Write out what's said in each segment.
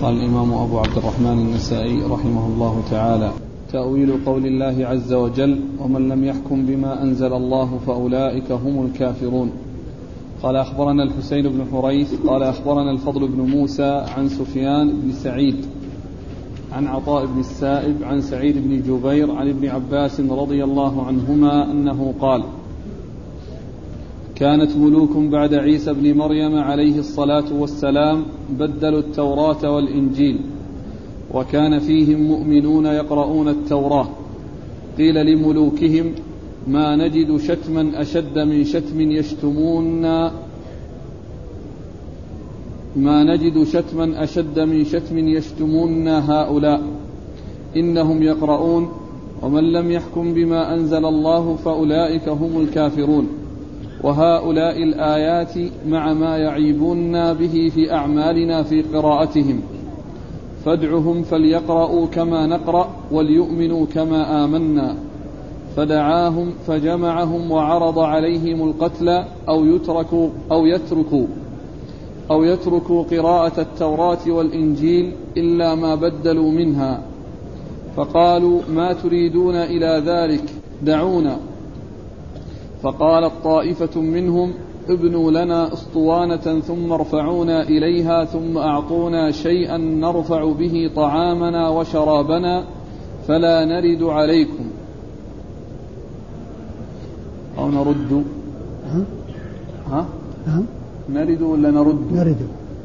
قال الإمام أبو عبد الرحمن النسائي رحمه الله تعالى: تأويل قول الله عز وجل: ومن لم يحكم بما أنزل الله فأولئك هم الكافرون. قال أخبرنا الحسين بن حريث قال أخبرنا الفضل بن موسى عن سفيان بن سعيد عن عطاء بن السائب عن سعيد بن جبير عن ابن عباس رضي الله عنهما أنه قال: كانت ملوك بعد عيسى بن مريم عليه الصلاة والسلام بدلوا التوراة والإنجيل، وكان فيهم مؤمنون يقرؤون التوراة. قيل لملوكهم: ما نجد شتما أشد من شتم يشتمون هؤلاء، إنهم يقرؤون: ومن لم يحكم بما أنزل الله فأولئك هم الكافرون. وهؤلاء الآيات مع ما يعيبون به في أعمالنا في قراءتهم، فادعهم فليقرأوا كما نقرأ وليؤمنوا كما آمنا. فدعاهم فجمعهم وعرض عليهم القتل أو يتركوا قراءة التوراة والإنجيل إلا ما بدلوا منها. فقالوا: ما تريدون إلى ذلك؟ دعونا. فقالت طائفة منهم: ابنوا لنا اسطوانة ثم ارفعونا إليها ثم أعطونا شيئا نرفع به طعامنا وشرابنا فلا نرد عليكم أو نرد نرد ولا نرد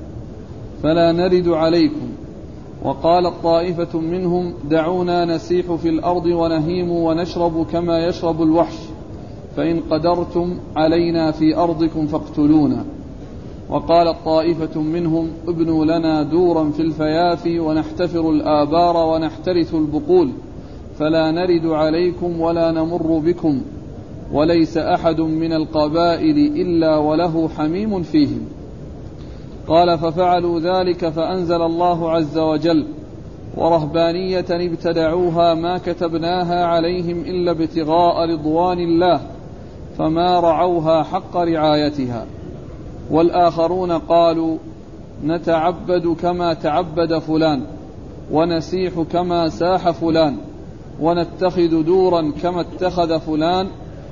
فلا نرد عليكم. وقالت طائفة منهم: دعونا نسيح في الأرض ونهيم ونشرب كما يشرب الوحش، فإن قدرتم علينا في أرضكم فاقتلونا. وقالت طائفة منهم: ابنوا لنا دورا في الفيافي ونحتفر الآبار ونحترث البقول فلا نرد عليكم ولا نمر بكم، وليس أحد من القبائل إلا وله حميم فيهم. قال: ففعلوا ذلك فأنزل الله عز وجل: ورهبانية ابتدعوها ما كتبناها عليهم إلا ابتغاء رضوان الله فما رعوها حق رعايتها. والآخرون قالوا: نتعبد كما تعبد فلان، ونسيح كما ساح فلان، ونتخذ دورا كما اتخذ فلان،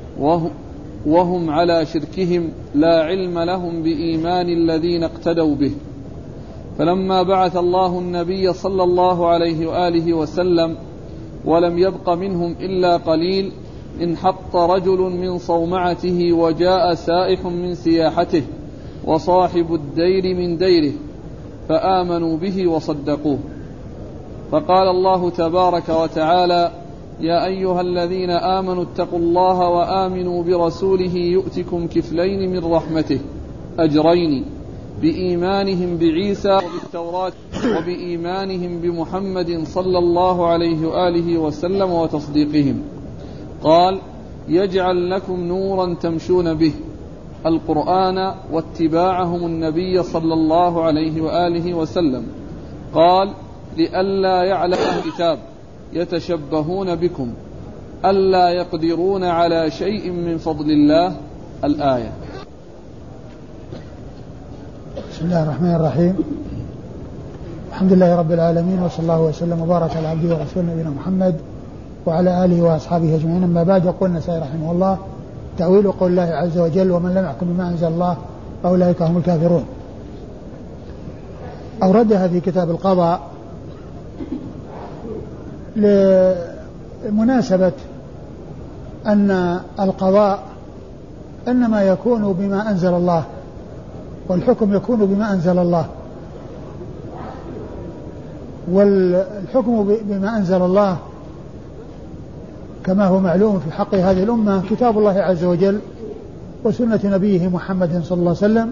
وهم على شركهم لا علم لهم بإيمان الذين اقتدوا به. فلما بعث الله النبي صلى الله عليه وآله وسلم ولم يبق منهم إلا قليل، انحط رجل من صومعته وجاء سائح من سياحته وصاحب الدير من ديره، فآمنوا به وصدقوه. فقال الله تبارك وتعالى: يا أيها الذين آمنوا اتقوا الله وآمنوا برسوله يؤتكم كفلين من رحمته أجرين بإيمانهم بعيسى وبالتوراة وبإيمانهم بمحمد صلى الله عليه وآله وسلم وتصديقهم. قال: يجعل لكم نورا تمشون به، القرآن واتباعهم النبي صلى الله عليه وآله وسلم. قال: لئلا يعلم الكتاب يتشبهون بكم ألا يقدرون على شيء من فضل الله. الآية. بسم الله الرحمن الرحيم. الحمد لله رب العالمين، وصلى الله وسلم وبارك على عبده ورسوله نبينا محمد وعلى آله وأصحابه أجمعين. أما بعد، يقول النسائي رحمه الله: تأويل قول الله عز وجل: ومن لم يحكم بما أنزل الله فأولئك هم الكافرون. أوردها في كتاب القضاء لمناسبة أن القضاء إنما يكون بما أنزل الله، والحكم يكون بما أنزل الله، والحكم بما أنزل الله كما هو معلوم في حق هذه الأمة كتاب الله عز وجل وسنة نبيه محمد صلى الله عليه وسلم،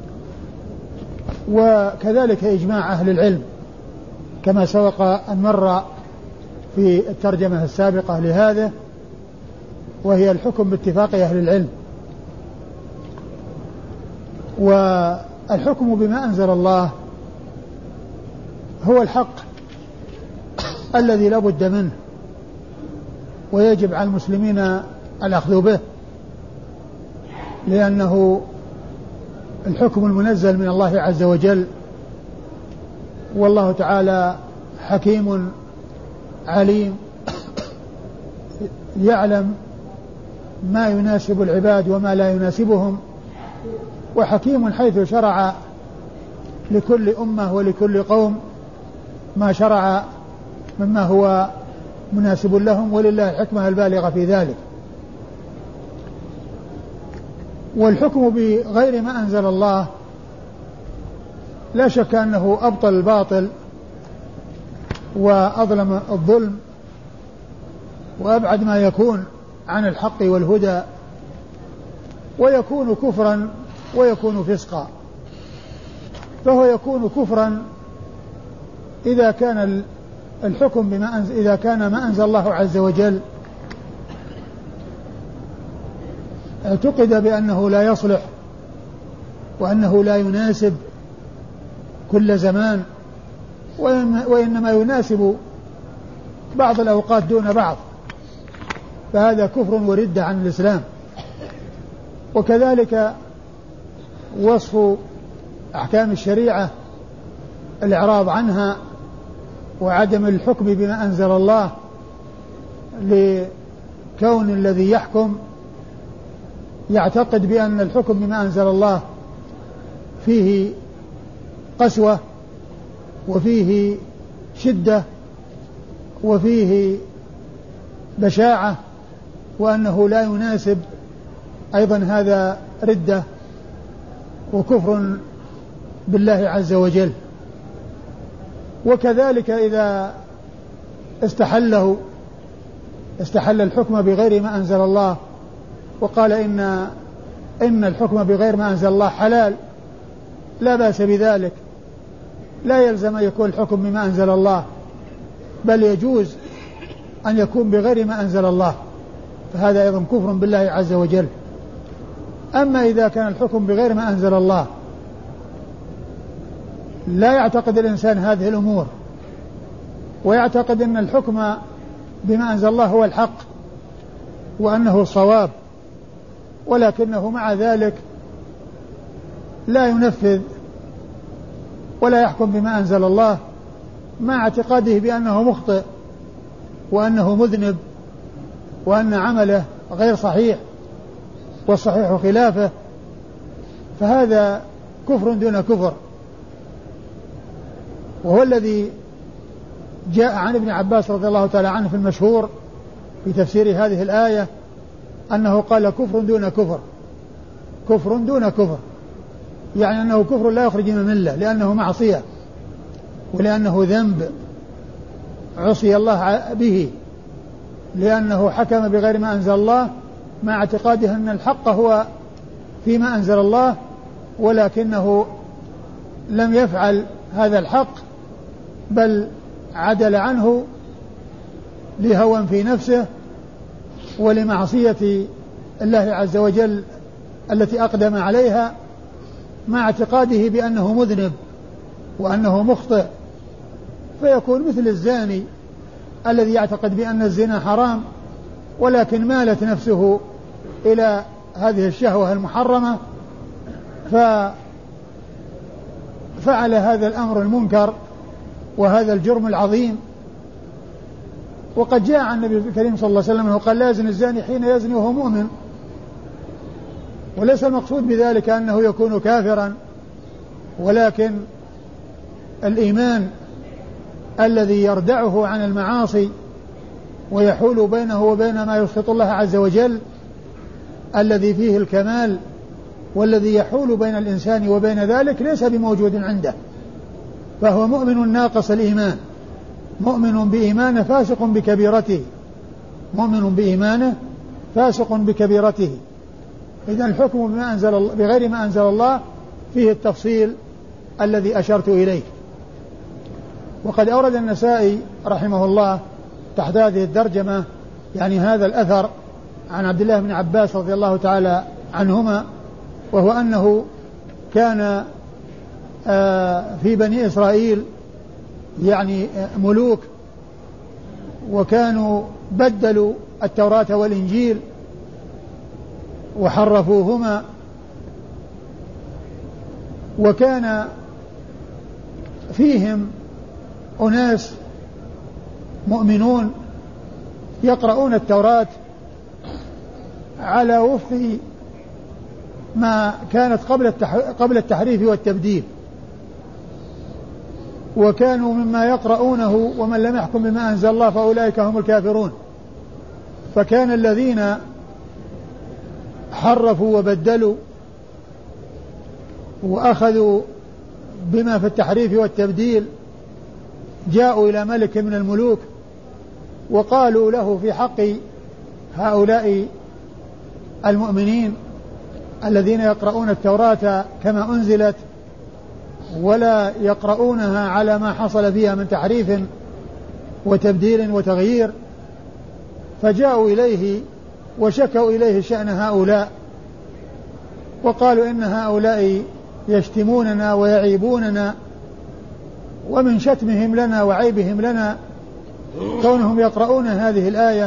وكذلك إجماع أهل العلم كما سبق أن مر في الترجمة السابقة لهذا، وهي الحكم باتفاق أهل العلم. والحكم بما أنزل الله هو الحق الذي لا بد منه، ويجب على المسلمين الأخذ به، لأنه الحكم المنزل من الله عز وجل والله تعالى حكيم عليم يعلم ما يناسب العباد وما لا يناسبهم، وحكيم حيث شرع لكل أمة ولكل قوم ما شرع مما هو مناسب لهم، ولله الحكمة البالغة في ذلك. والحكم بغير ما أنزل الله لا شك أنه أبطل الباطل وأظلم الظلم وأبعد ما يكون عن الحق والهدى، ويكون كفرا ويكون فسقا. فهو يكون كفرا إذا كان الحكم إذا كان ما أنزل الله عز وجل اعتقد بأنه لا يصلح وأنه لا يناسب كل زمان، وإنما يناسب بعض الأوقات دون بعض، فهذا كفر وردة عن الإسلام. وكذلك وصف أحكام الشريعة الإعراض عنها وعدم الحكم بما أنزل الله، لكون الذي يحكم يعتقد بأن الحكم بما أنزل الله فيه قسوة وفيه شدة وفيه بشاعة، وأنه لا يناسب، أيضا هذا ردة وكفر بالله عز وجل. وكذلك إذا استحل الحكم بغير ما أنزل الله وقال إن الحكم بغير ما أنزل الله حلال، لا بأس بذلك، لا يلزم أن يكون الحكم بما أنزل الله، بل يجوز أن يكون بغير ما أنزل الله، فهذا أيضا كفر بالله عز وجل. أما إذا كان الحكم بغير ما أنزل الله لا يعتقد الإنسان هذه الأمور، ويعتقد أن الحكم بما أنزل الله هو الحق وأنه الصواب، ولكنه مع ذلك لا ينفذ ولا يحكم بما أنزل الله، مع اعتقاده بأنه مخطئ وأنه مذنب وأن عمله غير صحيح والصحيح خلافه، فهذا كفر دون كفر. وهو الذي جاء عن ابن عباس رضي الله تعالى عنه في المشهور في تفسير هذه الآية أنه قال كفر دون كفر، كفر دون كفر، يعني أنه كفر لا يخرج من الملة، لأنه معصية ولأنه ذنب عصي الله به، لأنه حكم بغير ما أنزل الله مع اعتقاده أن الحق هو فيما أنزل الله، ولكنه لم يفعل هذا الحق بل عدل عنه لهوى في نفسه ولمعصية الله عز وجل التي أقدم عليها، مع اعتقاده بأنه مذنب وأنه مخطئ، فيكون مثل الزاني الذي يعتقد بأن الزنا حرام ولكن مالت نفسه إلى هذه الشهوة المحرمة ففعل هذا الأمر المنكر وهذا الجرم العظيم. وقد جاء عن النبي الكريم صلى الله عليه وسلم أنه قال لا يزني الزاني حين يزني وهو مؤمن، وليس المقصود بذلك أنه يكون كافرا، ولكن الإيمان الذي يردعه عن المعاصي ويحول بينه وبين ما يسخط الله عز وجل، الذي فيه الكمال والذي يحول بين الإنسان وبين ذلك ليس بموجود عنده، فهو مؤمن ناقص الإيمان، مؤمن بإيمانه فاسق بكبيرته، مؤمن بإيمانه فاسق بكبيرته. إذن الحكم بغير ما أنزل الله فيه التفصيل الذي أشرت إليه. وقد أورد النسائي رحمه الله تحت هذه الترجمة يعني هذا الأثر عن عبد الله بن عباس رضي الله تعالى عنهما، وهو أنه كان في بني إسرائيل يعني ملوك، وكانوا بدلوا التوراة والإنجيل وحرفوهما، وكان فيهم أناس مؤمنون يقرؤون التوراة على وفق ما كانت قبل التحريف والتبديل، وكانوا مما يقرؤونه ومن لم يحكم بما أنزل الله فأولئك هم الكافرون. فكان الذين حرفوا وبدلوا وأخذوا بما في التحريف والتبديل جاءوا إلى ملك من الملوك وقالوا له في حق هؤلاء المؤمنين الذين يقرؤون التوراة كما أنزلت ولا يقرؤونها على ما حصل فيها من تحريف وتبديل وتغيير، فجاءوا إليه وشكوا إليه شأن هؤلاء وقالوا إن هؤلاء يشتموننا ويعيبوننا، ومن شتمهم لنا وعيبهم لنا كونهم يقرؤون هذه الآية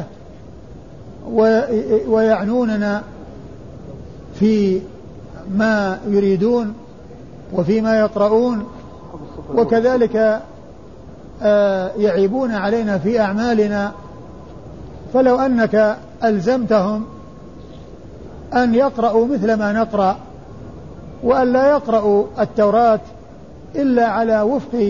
ويعنوننا في ما يريدون وفيما يقرؤون، وكذلك يعيبون علينا في أعمالنا. فلو أنك ألزمتهم أن يقرأوا مثل ما نقرأ وأن لا يقرأوا التوراة إلا على وفق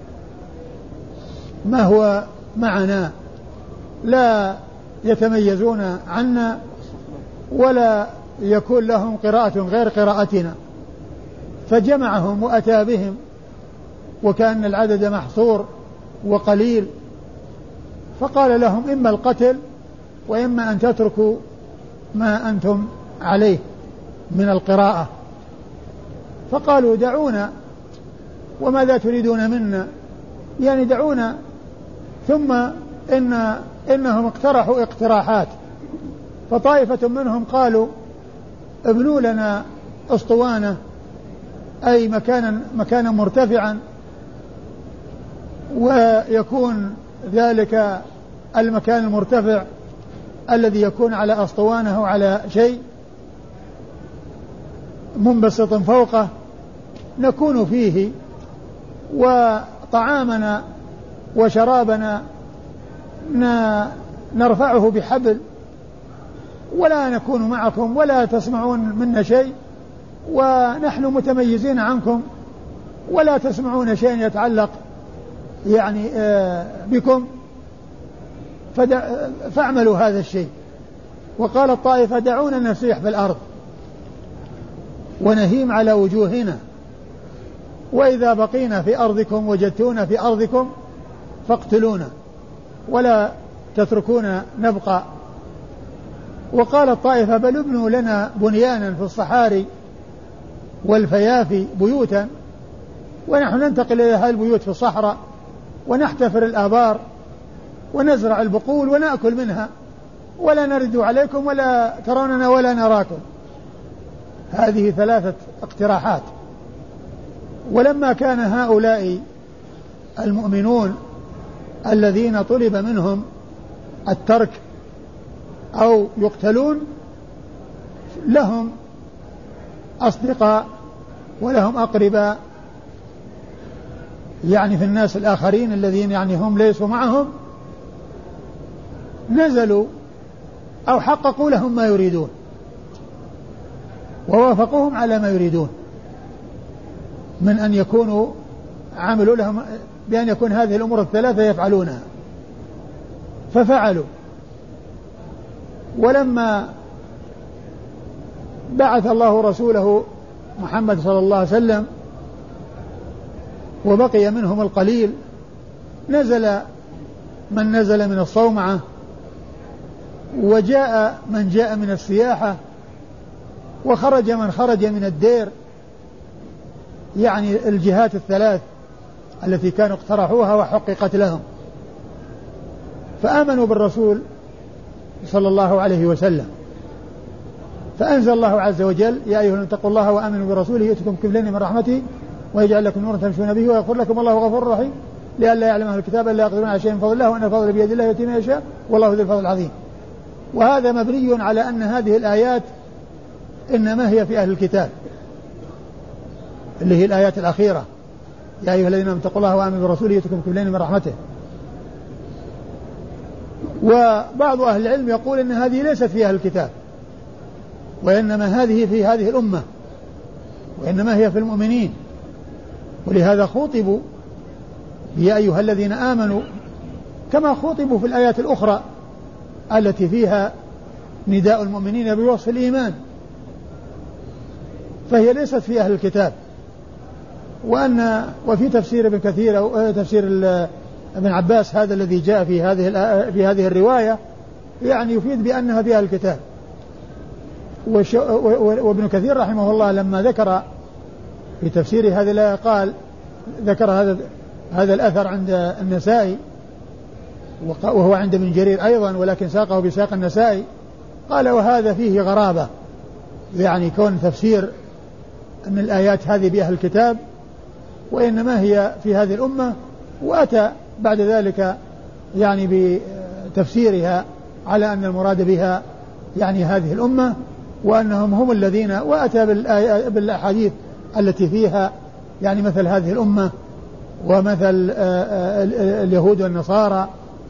ما هو معنا، لا يتميزون عنا ولا يكون لهم قراءة غير قراءتنا، فجمعهم وأتى بهم وكأن العدد محصور وقليل، فقال لهم إما القتل وإما أن تتركوا ما أنتم عليه من القراءة. فقالوا دعونا وماذا تريدون منا، يعني دعونا. ثم إنهم اقترحوا اقتراحات، فطائفة منهم قالوا ابنوا لنا أسطوانة أي مكانا مرتفعا، ويكون ذلك المكان المرتفع الذي يكون على أسطوانة أو على شيء منبسط فوقه نكون فيه، وطعامنا وشرابنا نرفعه بحبل ولا نكون معكم ولا تسمعون منا شيء، ونحن متميزين عنكم ولا تسمعون شيء يتعلق يعني بكم، فاعملوا هذا الشيء. وقال الطائفة دعونا نسيح في الأرض ونهيم على وجوهنا، وإذا بقينا في أرضكم وجدتونا في أرضكم فاقتلونا ولا تتركونا نبقى. وقال الطائفة بل ابنوا لنا بنيانا في الصحاري والفيافي بيوتا، ونحن ننتقل إلى هذه البيوت في الصحراء ونحتفر الآبار ونزرع البقول ونأكل منها ولا نرد عليكم ولا تروننا ولا نراكم. هذه 3 اقتراحات. ولما كان هؤلاء المؤمنون الذين طلب منهم الترك أو يقتلون لهم أصدقاء ولهم أقرباء يعني في الناس الآخرين الذين يعني هم ليسوا معهم، نزلوا أو حققوا لهم ما يريدون ووافقوهم على ما يريدون من أن يكونوا عملوا لهم بأن يكون هذه الأمور ال3 يفعلونها، ففعلوا. ولما بعث الله رسوله محمد صلى الله عليه وسلم وبقي منهم القليل، نزل من نزل من الصومعة وجاء من جاء من السياحة وخرج من خرج من الدير، يعني الجهات ال3 التي كانوا اقترحوها وحققت لهم، فآمنوا بالرسول صلى الله عليه وسلم. فأنزل الله عز وجل يا أيها الذين اتقوا الله وآمنوا برسوله يؤتكم كفلين من رحمته ويجعل لكم نورا تمشون به ويغفر لكم والله غفور رحيم لئلا يعلم أهل الكتاب ألا يقدرون على شيء من فضل الله وأن الفضل بيد الله يؤتيه من يشاء والله ذو الفضل العظيم. وهذا مبني على أن هذه الآيات إنما هي في أهل الكتاب اللي هي الآيات الأخيرة يا أيها الذين آمنوا اتقوا الله وآمنوا برسوله يؤتكم كفلين من رحمته. وبعض أهل العلم يقول إن هذه ليست في أهل الكتاب، وإنما هذه في هذه الأمة، وإنما هي في المؤمنين، ولهذا خوطبوا يا أيها الذين آمنوا كما خوطبوا في الآيات الأخرى التي فيها نداء المؤمنين بوصف الإيمان، فهي ليست في أهل الكتاب. وفي تفسير ابن كثير أو تفسير ابن عباس هذا الذي جاء في هذه الرواية يعني يفيد بأنها في أهل الكتاب. وابن كثير رحمه الله لما ذكر في تفسير هذه الآية قال ذكر هذا الأثر عند النسائي وهو عند ابن جرير أيضا، ولكن ساقه بساق النسائي، قال وهذا فيه غرابة، يعني كون تفسير أن الآيات هذه بأهل الكتاب وإنما هي في هذه الأمة، وأتى بعد ذلك يعني بتفسيرها على أن المراد بها يعني هذه الأمة وأنهم هم الذين، وأتى بالأحاديث التي فيها يعني مثل هذه الأمة ومثل اليهود والنصارى،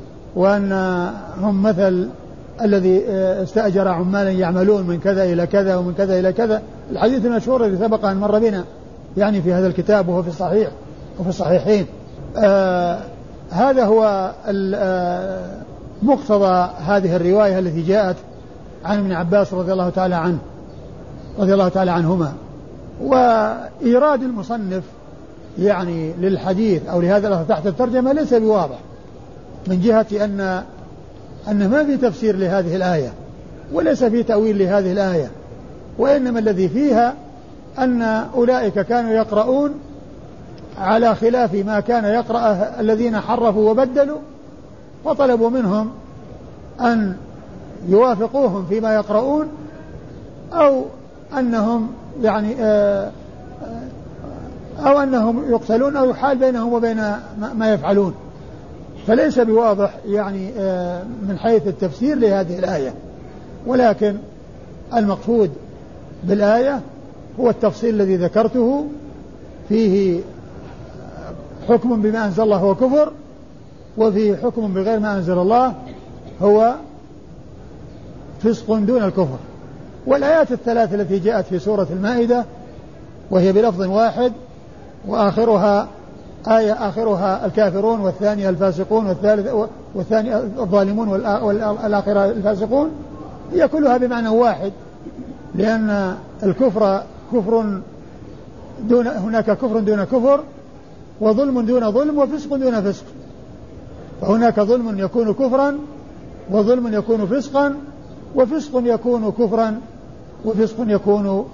وأنهم مثل الذي استأجر عمالا يعملون من كذا إلى كذا ومن كذا إلى كذا، الحديث المشهور الذي سبق أن مر بنا يعني في هذا الكتاب وهو في الصحيح وفي الصحيحين. هذا هو مقتضى هذه الرواية التي جاءت عن ابن عباس رضي الله تعالى عنهما. وإيراد المصنف يعني للحديث أو لهذا الأثر تحت الترجمة ليس بواضح، من جهة أن ما في تفسير لهذه الآية وليس في تأويل لهذه الآية، وإنما الذي فيها أن أولئك كانوا يقرؤون على خلاف ما كان يقرأ الذين حرفوا وبدلوا، وطلبوا منهم أن يوافقوهم فيما يقرؤون أو أنهم يعني أو أنهم يقتلون أو يحال بينهم وبين ما يفعلون. فليس بواضح يعني من حيث التفسير لهذه الآية، ولكن المقصود بالآية هو التفصيل الذي ذكرته، فيه حكم بما أنزل الله هو كفر، وفيه حكم بغير ما أنزل الله هو فسق دون الكفر. والآيات الثلاث التي جاءت في سورة المائدة وهي بلفظ واحد، وآخرها آخرها الكافرون، والثانية الفاسقون، والثانية الظالمون، والآخرة الفاسقون، هي كلها بمعنى واحد، لأن الكفر كفر دون، هناك كفر دون كفر، وظلم دون ظلم، وفسق دون فسق. فهناك ظلم يكون كفرا، وظلم يكون فسقا، وفسق يكون كفرا، وفسق يكون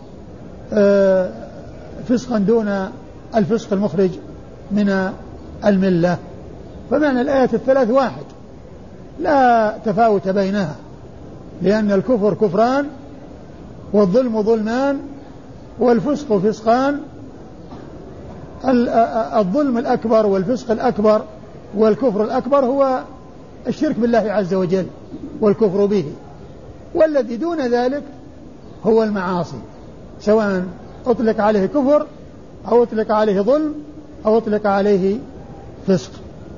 فسقا دون الفسق المخرج من الملة. فمعنى الآية الثلاث واحد لا تفاوت بينها، لأن الكفر كفران، والظلم ظلمان، والفسق فسقان. الظلم الأكبر والفسق الأكبر والكفر الأكبر هو الشرك بالله عز وجل والكفر به، والذي دون ذلك هو المعاصي، سواء أطلق عليه كفر أو أطلق عليه ظلم أو أطلق عليه فسق.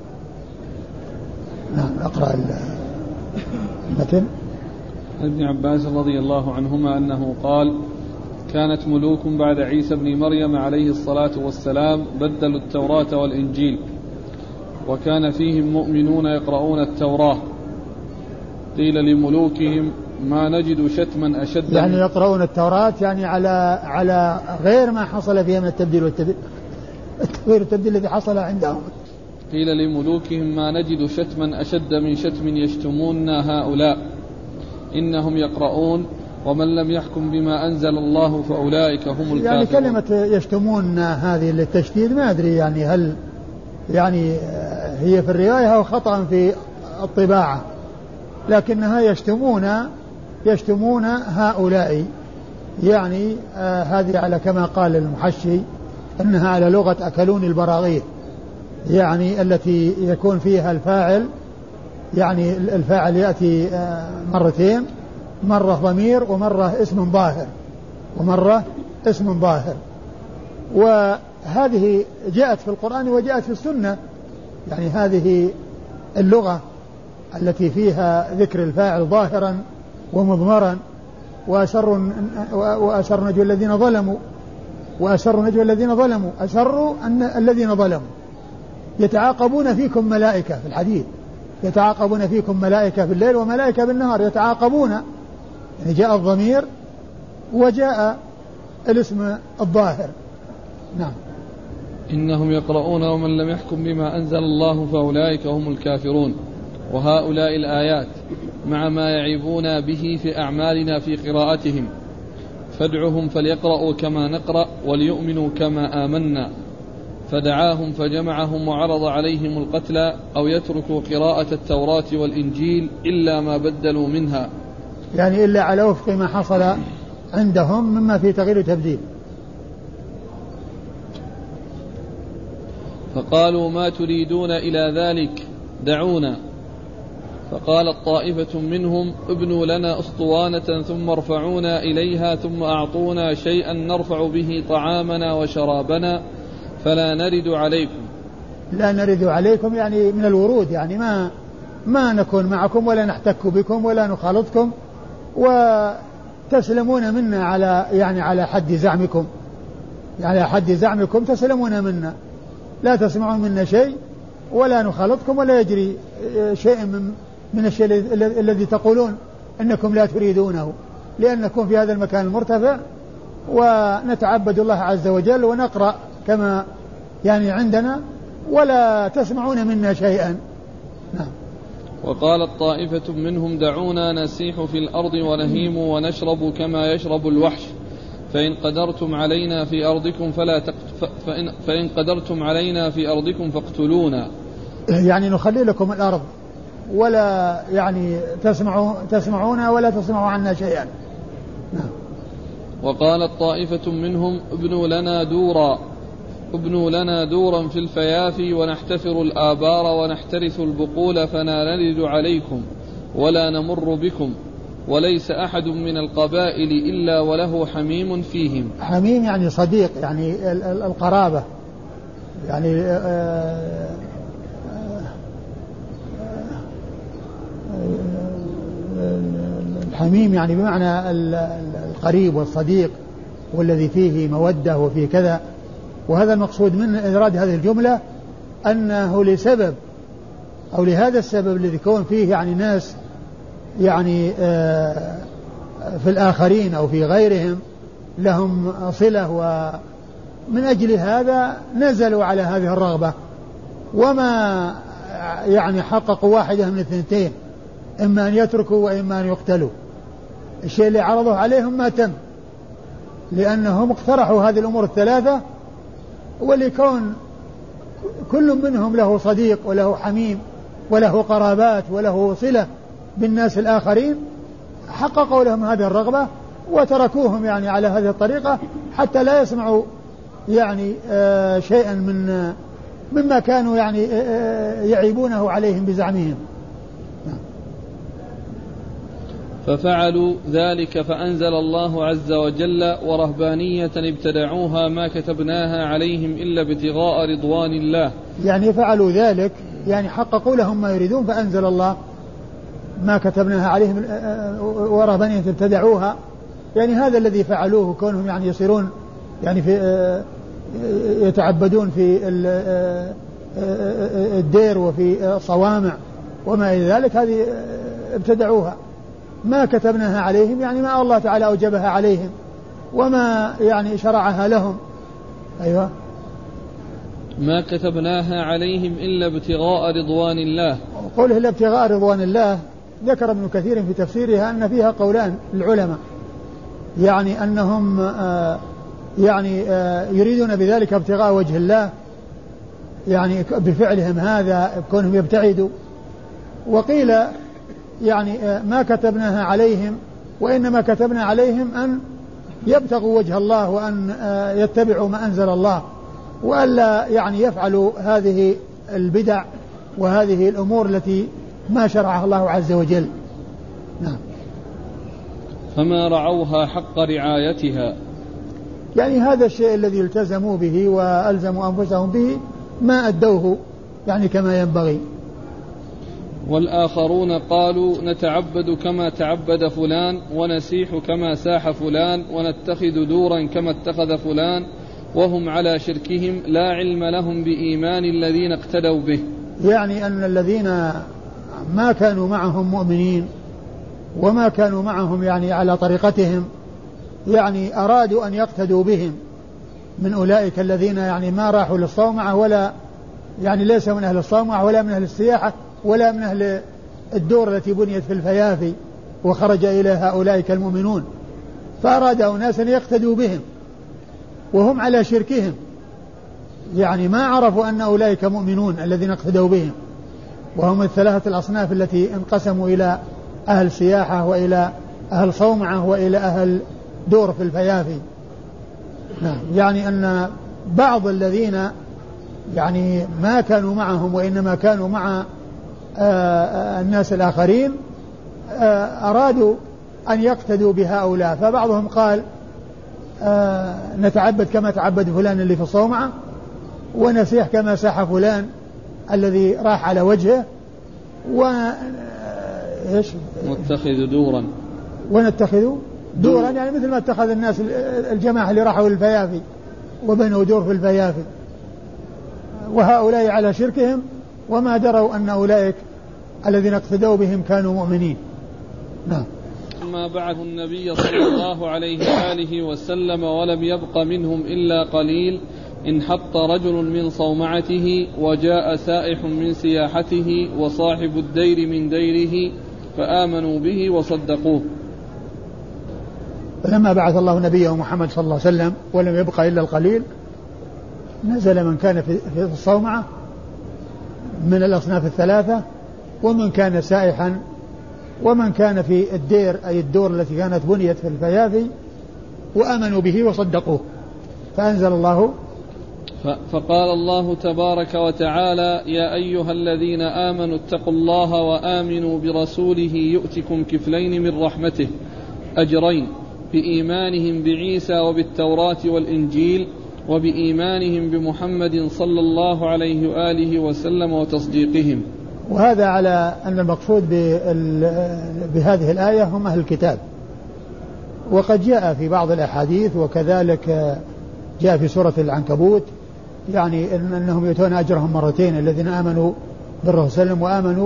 نعم، أقرأ المتن. ابن عباس رضي الله عنهما أنه قال: كانت ملوك بعد عيسى بن مريم عليه الصلاة والسلام بدلوا التوراة والإنجيل، وكان فيهم مؤمنون يقرؤون التوراة. قيل لملوكهم: ما نجد شتما أشد، يعني يقرؤون التوراة يعني على غير ما حصل فيها من التبديل غير التبديل الذي حصل عندهم. قيل لملوكهم: ما نجد شتما أشد من شتم يشتموننا هؤلاء، إنهم يقرؤون ومن لم يحكم بما أنزل الله فأولئك هم الكافرون. يعني كلمة يشتموننا هذه للتشديد ما أدري يعني هل يعني هي في الرواية أو خطأ في الطباعة، لكنها يشتمون هؤلاء، يعني هذه على كما قال المحشي أنها على لغة أكلون البراغيث، يعني التي يكون فيها الفاعل، يعني الفاعل يأتي مرتين، مرة ضمير ومرة اسم ظاهر، هذه جاءت في القرآن وجاءت في السنة، يعني هذه اللغة التي فيها ذكر الفاعل ظاهرا ومضمرا، وأسر نجوى الذين ظلموا، وأسر نجوى الذين ظلموا، أسروا أن الذين ظلموا يتعاقبون فيكم ملائكة في الحديث، يتعاقبون فيكم ملائكة في الليل وملائكة بالنهار يتعاقبون، يعني جاء الضمير وجاء الاسم الظاهر. نعم. إنهم يقرؤون ومن لم يحكم بما أنزل الله فأولئك هم الكافرون. وهؤلاء الآيات مع ما يعيبون به في أعمالنا في قراءتهم، فادعهم فليقرأوا كما نقرأ وليؤمنوا كما آمنا. فدعاهم فجمعهم وعرض عليهم القتل أو يتركوا قراءة التوراة والإنجيل إلا ما بدلوا منها، يعني إلا على وفق ما حصل عندهم مما في تغيير وتبديل. فقالوا ما تريدون إلى ذلك دعونا. فقالت طائفة منهم ابنوا لنا أسطوانة ثم ارفعونا إليها ثم أعطونا شيئا نرفع به طعامنا وشرابنا فلا نرد عليكم. لا نرد عليكم يعني من الورود، يعني ما نكون معكم ولا نحتك بكم ولا نخالطكم، وتسلمون منا على حد زعمكم، على حد زعمكم تسلمون منا، لا تسمعون منا شيء ولا نخالطكم ولا يجري شيء من الشيء الذي تقولون أنكم لا تريدونه، لأنكم في هذا المكان المرتفع ونتعبد الله عز وجل ونقرأ كما يعني عندنا ولا تسمعون منا شيئا. نعم. وقالت طائفة منهم دعونا نسيح في الأرض ونهيم ونشرب كما يشرب الوحش فإن قدرتم علينا في أرضكم فاقتلونا. يعني نخلي لكم الأرض ولا يعني تسمعون ولا تسمعوا عنا شيئا. نعم. وقالت طائفة منهم ابنوا لنا دورا في الفيافي ونحتفر الآبار ونحترث البقول فلا نرد عليكم ولا نمر بكم وليس أحد من القبائل إلا وله حميم فيهم. حميم يعني صديق، يعني القرابة، يعني الحميم يعني بمعنى القريب والصديق والذي فيه مودة وفيه كذا. وهذا المقصود من إيراد هذه الجملة أنه لسبب أو لهذا السبب الذي يكون فيه يعني ناس يعني في الآخرين أو في غيرهم لهم صلة، ومن أجل هذا نزلوا على هذه الرغبة، وما يعني حققوا واحدة من الثنتين، إما أن يتركوا وإما أن يقتلوا. الشيء اللي عرضه عليهم ما تم، لأنهم اقترحوا هذه الأمور الثلاثة، ولكون كل منهم له صديق وله حميم وله قرابات وله صلة بالناس الآخرين حققوا لهم هذه الرغبة وتركوهم يعني على هذه الطريقة حتى لا يسمعوا يعني شيئا مما كانوا يعني يعيبونه عليهم بزعمهم. ففعلوا ذلك فأنزل الله عز وجل ورهبانية ابتدعوها ما كتبناها عليهم إلا ابتغاء رضوان الله. يعني فعلوا ذلك يعني حققوا لهم ما يريدون، فأنزل الله ما كتبناها عليهم ورهبانية ابتدعوها، يعني هذا الذي فعلوه كونهم يعني يصيرون يعني في يتعبدون في الدير وفي الصوامع وما إلى ذلك، هذه ابتدعوها. ما كتبناها عليهم يعني ما الله تعالى أوجبها عليهم وما يعني شرعها لهم. أيوة. ما كتبناها عليهم إلا ابتغاء رضوان الله. قوله إلا ابتغاء رضوان الله ذكر ابن كثير في تفسيرها أن فيها قولان للعلماء، يعني أنهم يعني يريدون بذلك ابتغاء وجه الله يعني بفعلهم هذا كونهم يبتعدوا، وقيل يعني ما كتبناها عليهم وإنما كتبنا عليهم أن يبتغوا وجه الله وأن يتبعوا ما أنزل الله وألا يعني يفعلوا هذه البدع وهذه الأمور التي ما شرعها الله عز وجل. نعم. فما رعوها حق رعايتها. يعني هذا الشيء الذي التزموا به وألزموا أنفسهم به ما أدوه يعني كما ينبغي. والآخرون قالوا نتعبد كما تعبد فلان، ونسيح كما ساح فلان، ونتخذ دورا كما اتخذ فلان، وهم على شركهم لا علم لهم بإيمان الذين اقتدوا به. يعني أن الذين ما كانوا معهم مؤمنين وما كانوا معهم يعني على طريقتهم يعني أرادوا أن يقتدوا بهم من أولئك الذين يعني ما راحوا للصومعة ولا يعني ليس من أهل الصومعة ولا من أهل السياحة ولا من أهل الدور التي بنيت في الفيافي وخرج إليها أولئك المؤمنون، فأراد أناس أن يقتدوا بهم وهم على شركهم، يعني ما عرفوا أن أولئك مؤمنون الذين اقتدوا بهم، وهم الثلاثة الأصناف التي انقسموا إلى أهل سياحة وإلى أهل صومعة وإلى أهل دور في الفيافي. نعم، يعني أن بعض الذين يعني ما كانوا معهم وإنما كانوا مع الناس الآخرين أرادوا أن يقتدوا بهؤلاء، فبعضهم قال نتعبد كما تعبد فلان اللي في الصومعة، ونسيح كما ساح فلان الذي راح على وجهه، ونتخذ دورا ونتخذ دورا يعني مثل ما اتخذ الناس الجماعة اللي راحوا للفيافي وبنوا دور في الفيافي، وهؤلاء على شركهم وما دروا أن أولئك الذين اقتدوا بهم كانوا مؤمنين. نعم. ما بعث النبي صلى الله عليه وآله وسلم ولم يبق منهم إلا قليل، انحط رجل من صومعته وجاء سائح من سياحته وصاحب الدير من ديره فآمنوا به وصدقوه. فلما بعث الله نبيه محمد صلى الله عليه وسلم ولم يبق إلا القليل، نزل من كان في الصومعة من الأصناف الثلاثة، ومن كان سائحا، ومن كان في الدير أي الدور التي كانت بنيت في الفيافي، وآمنوا به وصدقوه. فأنزل الله فقال الله تبارك وتعالى يا أيها الذين آمنوا اتقوا الله وآمنوا برسوله يؤتكم كفلين من رحمته أجرين بإيمانهم بعيسى وبالتوراة والإنجيل وبإيمانهم بمحمد صلى الله عليه وآله وسلم وتصديقهم. وهذا على أن المقصود بهذه الآية هم أهل الكتاب، وقد جاء في بعض الأحاديث وكذلك جاء في سورة العنكبوت يعني أنهم يؤتون أجرهم مرتين، الذين آمنوا بالرسول صلى الله عليه وسلم وآمنوا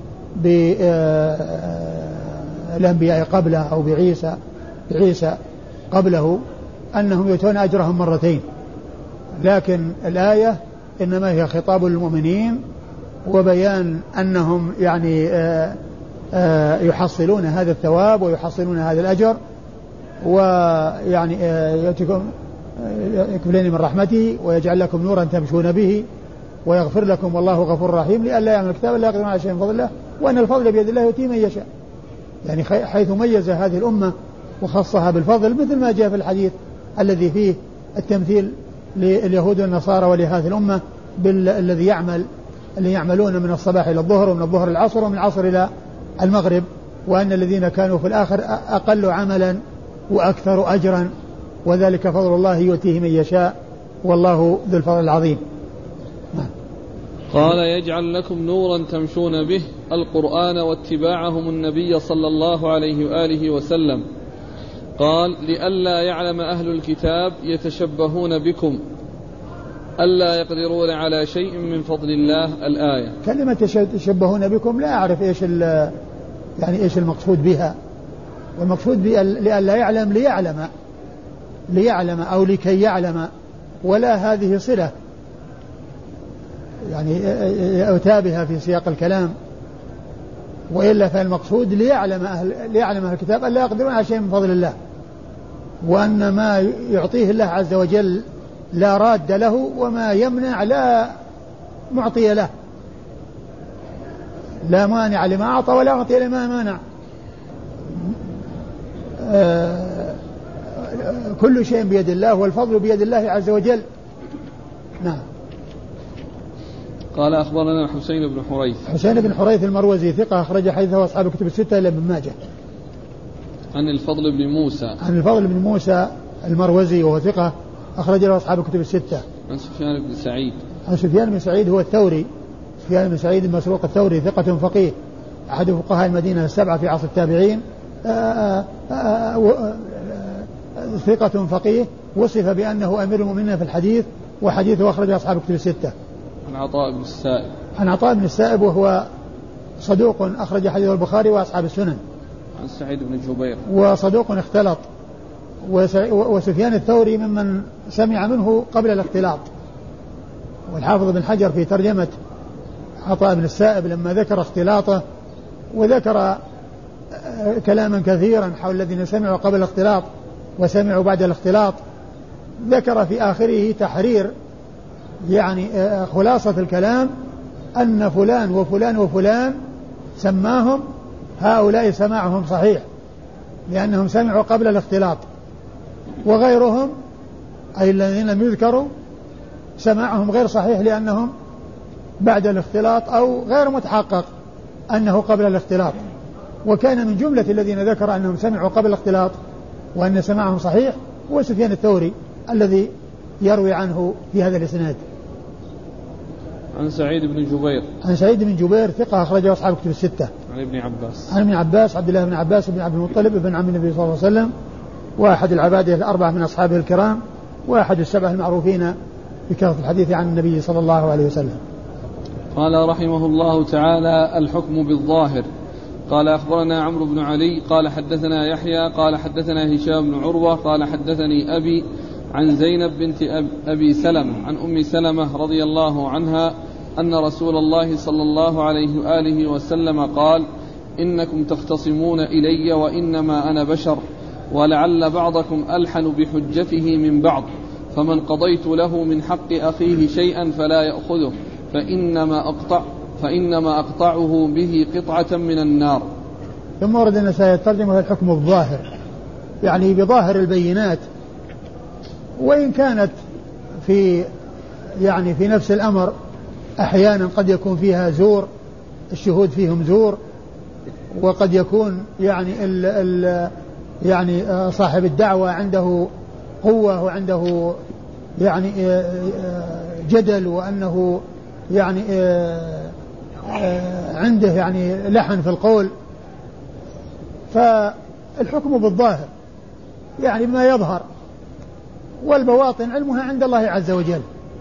بالأنبياء قبله أو بعيسى قبله، أنهم يؤتون أجرهم مرتين. لكن الآية إنما هي خطاب للمؤمنين وبيان أنهم يعني يحصلون هذا الثواب ويحصلون هذا الأجر، ويعني يأتيكم كفلين من رحمته ويجعل لكم نورا تمشون به ويغفر لكم والله غفور رحيم، لئلا يعمل الكتاب لا يقدرون على شيء من فضل الله وأن الفضل بيد الله يؤتيه من يشاء. يعني حيث ميز هذه الأمة وخصها بالفضل، مثل ما جاء في الحديث الذي فيه التمثيل لليهود والنصارى ولهذه الأمة بالذي اللي يعملون من الصباح إلى الظهر ومن الظهر إلى العصر ومن العصر إلى المغرب، وأن الذين كانوا في الآخر أقل عملا وأكثر أجرا، وذلك فضل الله يؤتيه من يشاء والله ذو الفضل العظيم. قال يجعل لكم نورا تمشون به القرآن واتباعهم النبي صلى الله عليه وآله وسلم. قال لئلا يعلم أهل الكتاب يتشبهون بكم ألا يقدرون على شيء من فضل الله. الآية. كلمة يتشبهون بكم لا أعرف إيش المقصود بها، والمقصود لئلا يعلم ليعلم أو لكي يعلم، ولا هذه صلة يعني أتى بها في سياق الكلام، وإلا فالمقصود ليعلم أهل الكتاب ألا يقدرون على شيء من فضل الله، وأن ما يعطيه الله عز وجل لا راد له، وما يمنع لا معطي له، لا مانع لما أعطى ولا معطي لما مانع. كل شيء بيد الله والفضل بيد الله عز وجل. نعم. قال أخبرنا حسين بن حريث المروزي ثقة أخرج حديثه أصحاب الكتب الستة إلا ابن ماجه. عن الفضل بن موسى المروزي وهو ثقة أخرج له أصحاب الكتب الستة. عن سفيان بن سعيد. عن سفيان بن سعيد هو الثوري، سفيان بن سعيد المسروق الثوري ثقة فقيه أحد فقهاء المدينة السبعة في عصر التابعين، ثقة فقيه وصف بأنه أمير المؤمنين في الحديث، وحديثه أخرج أصحاب الكتب الستة. عن عطاء بن السائب. عن عطاء بن السائب وهو صدوق أخرج حديثه البخاري وأصحاب السنن. عن سعيد بن جبير وصدوق اختلط، وسفيان الثوري ممن سمع منه قبل الاختلاط. والحافظ بن حجر في ترجمة عطاء بن السائب لما ذكر اختلاطه وذكر كلاما كثيرا حول الذين سمعوا قبل الاختلاط وسمعوا بعد الاختلاط، ذكر في آخره تحرير يعني خلاصة الكلام أن فلان وفلان وفلان سماهم هؤلاء سماعهم صحيح لأنهم سمعوا قبل الاختلاط، وغيرهم أي الذين لم يذكروا سماعهم غير صحيح لأنهم بعد الاختلاط أو غير متحقق أنه قبل الاختلاط. وكان من جملة الذين ذكر أنهم سمعوا قبل الاختلاط وأن سماعهم صحيح هو سفيان الثوري الذي يروي عنه في هذا الإسناد. عن سعيد بن جبير. عن سعيد بن جبير ثقة أخرجه أصحاب الكتب الستة. عن ابن عباس. عن ابن عباس عبد الله بن عباس بن عبد المطلب بن عم النبي صلى الله عليه وسلم، وأحد العبادة الأربعة من أصحابه الكرام، وأحد السبعة المعروفين بكثرة الحديث عن النبي صلى الله عليه وسلم. قال رحمه الله تعالى: الحكم بالظاهر. قال أخبرنا عمرو بن علي قال حدثنا يحيى قال حدثنا هشام بن عروة قال حدثني أبي عن زينب بنت أبي سلمة عن أم سلمة رضي الله عنها أن رسول الله صلى الله عليه وآله وسلم قال: إنكم تختصمون إلي وإنما أنا بشر، ولعل بعضكم ألحن بحجته من بعض، فمن قضيت له من حق أخيه شيئا فلا يأخذه فإنما أقطعه به قطعة من النار. ثم ورد النسائي الترجمة الحكم الظاهر، يعني بظاهر البينات، وإن كانت في نفس الأمر أحيانا قد يكون فيها زور، الشهود فيهم زور، وقد يكون صاحب الدعوة عنده قوة وعنده جدل، وأنه عنده لحن في القول. فالحكم بالظاهر يعني بما يظهر، والبواطن علمها عند الله عز وجل.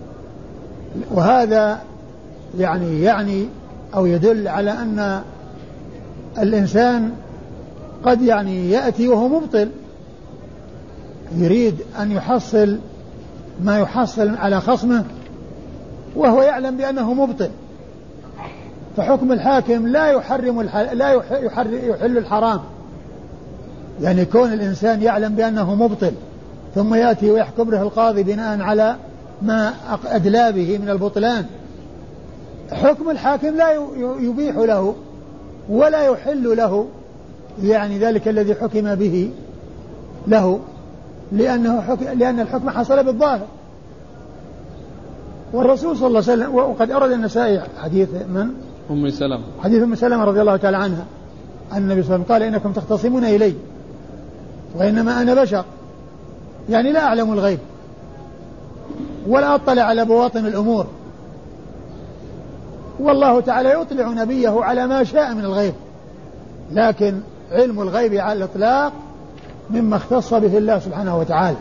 وهذا يعني أو يدل على أن الإنسان قد يأتي وهو مبطل، يريد أن يحصل ما يحصل على خصمه وهو يعلم بأنه مبطل، فحكم الحاكم لا يحل الحرام. يعني كون الإنسان يعلم بأنه مبطل ثم يأتي ويحكم له القاضي بناء على ما أدلى به من البطلان، حكم الحاكم لا يبيح له ولا يحل له ذلك الذي حكم به له، لأن الحكم حصل بالظاهر. والرسول صلى الله عليه وسلم، وقد أورد النسائي حديث من؟ أم سلمة، حديث أم سلمة رضي الله تعالى عنها أن النبي صلى الله عليه وسلم قال: إنكم تختصمون إلي وإنما أنا بشر، يعني لا أعلم الغيب ولا أطلع على بواطن الأمور، والله تعالى يطلع نبيه على ما شاء من الغيب، لكن علم الغيب على الإطلاق مما اختص به الله سبحانه وتعالى.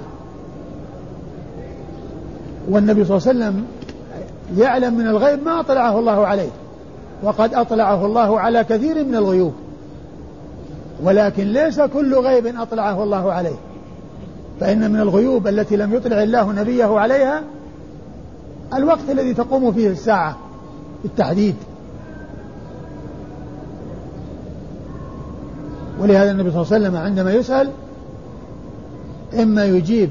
والنبي صلى الله عليه وسلم يعلم من الغيب ما أطلعه الله عليه، وقد أطلعه الله على كثير من الغيوب، ولكن ليس كل غيب أطلعه الله عليه، فإن من الغيوب التي لم يطلع الله نبيه عليها الوقت الذي تقوم فيه الساعة بالتحديد. ولهذا النبي صلى الله عليه وسلم عندما يسأل إما يجيب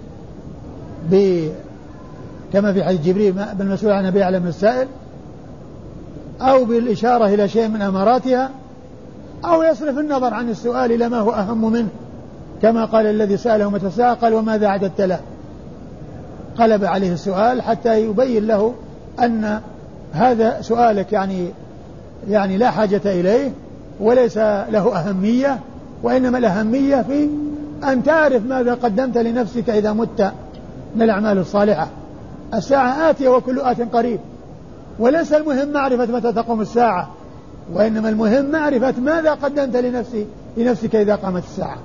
كما في حديث جبريل بالمسؤول عن نبي أعلم من السائل، أو بالإشارة إلى شيء من أماراتها، أو يصرف النظر عن السؤال إلى ما هو أهم منه، كما قال الذي سأله متى الساعة قال: وماذا أعددت له؟ قلب عليه السؤال حتى يبين له أن هذا سؤالك يعني لا حاجة إليه وليس له أهمية، وإنما الأهمية في أن تعرف ماذا قدمت لنفسك إذا مت من الأعمال الصالحة. الساعة آتية وكل آت قريب، وليس المهم معرفة متى تقوم الساعة، وإنما المهم معرفة ماذا قدمت لنفسك إذا قامت الساعة.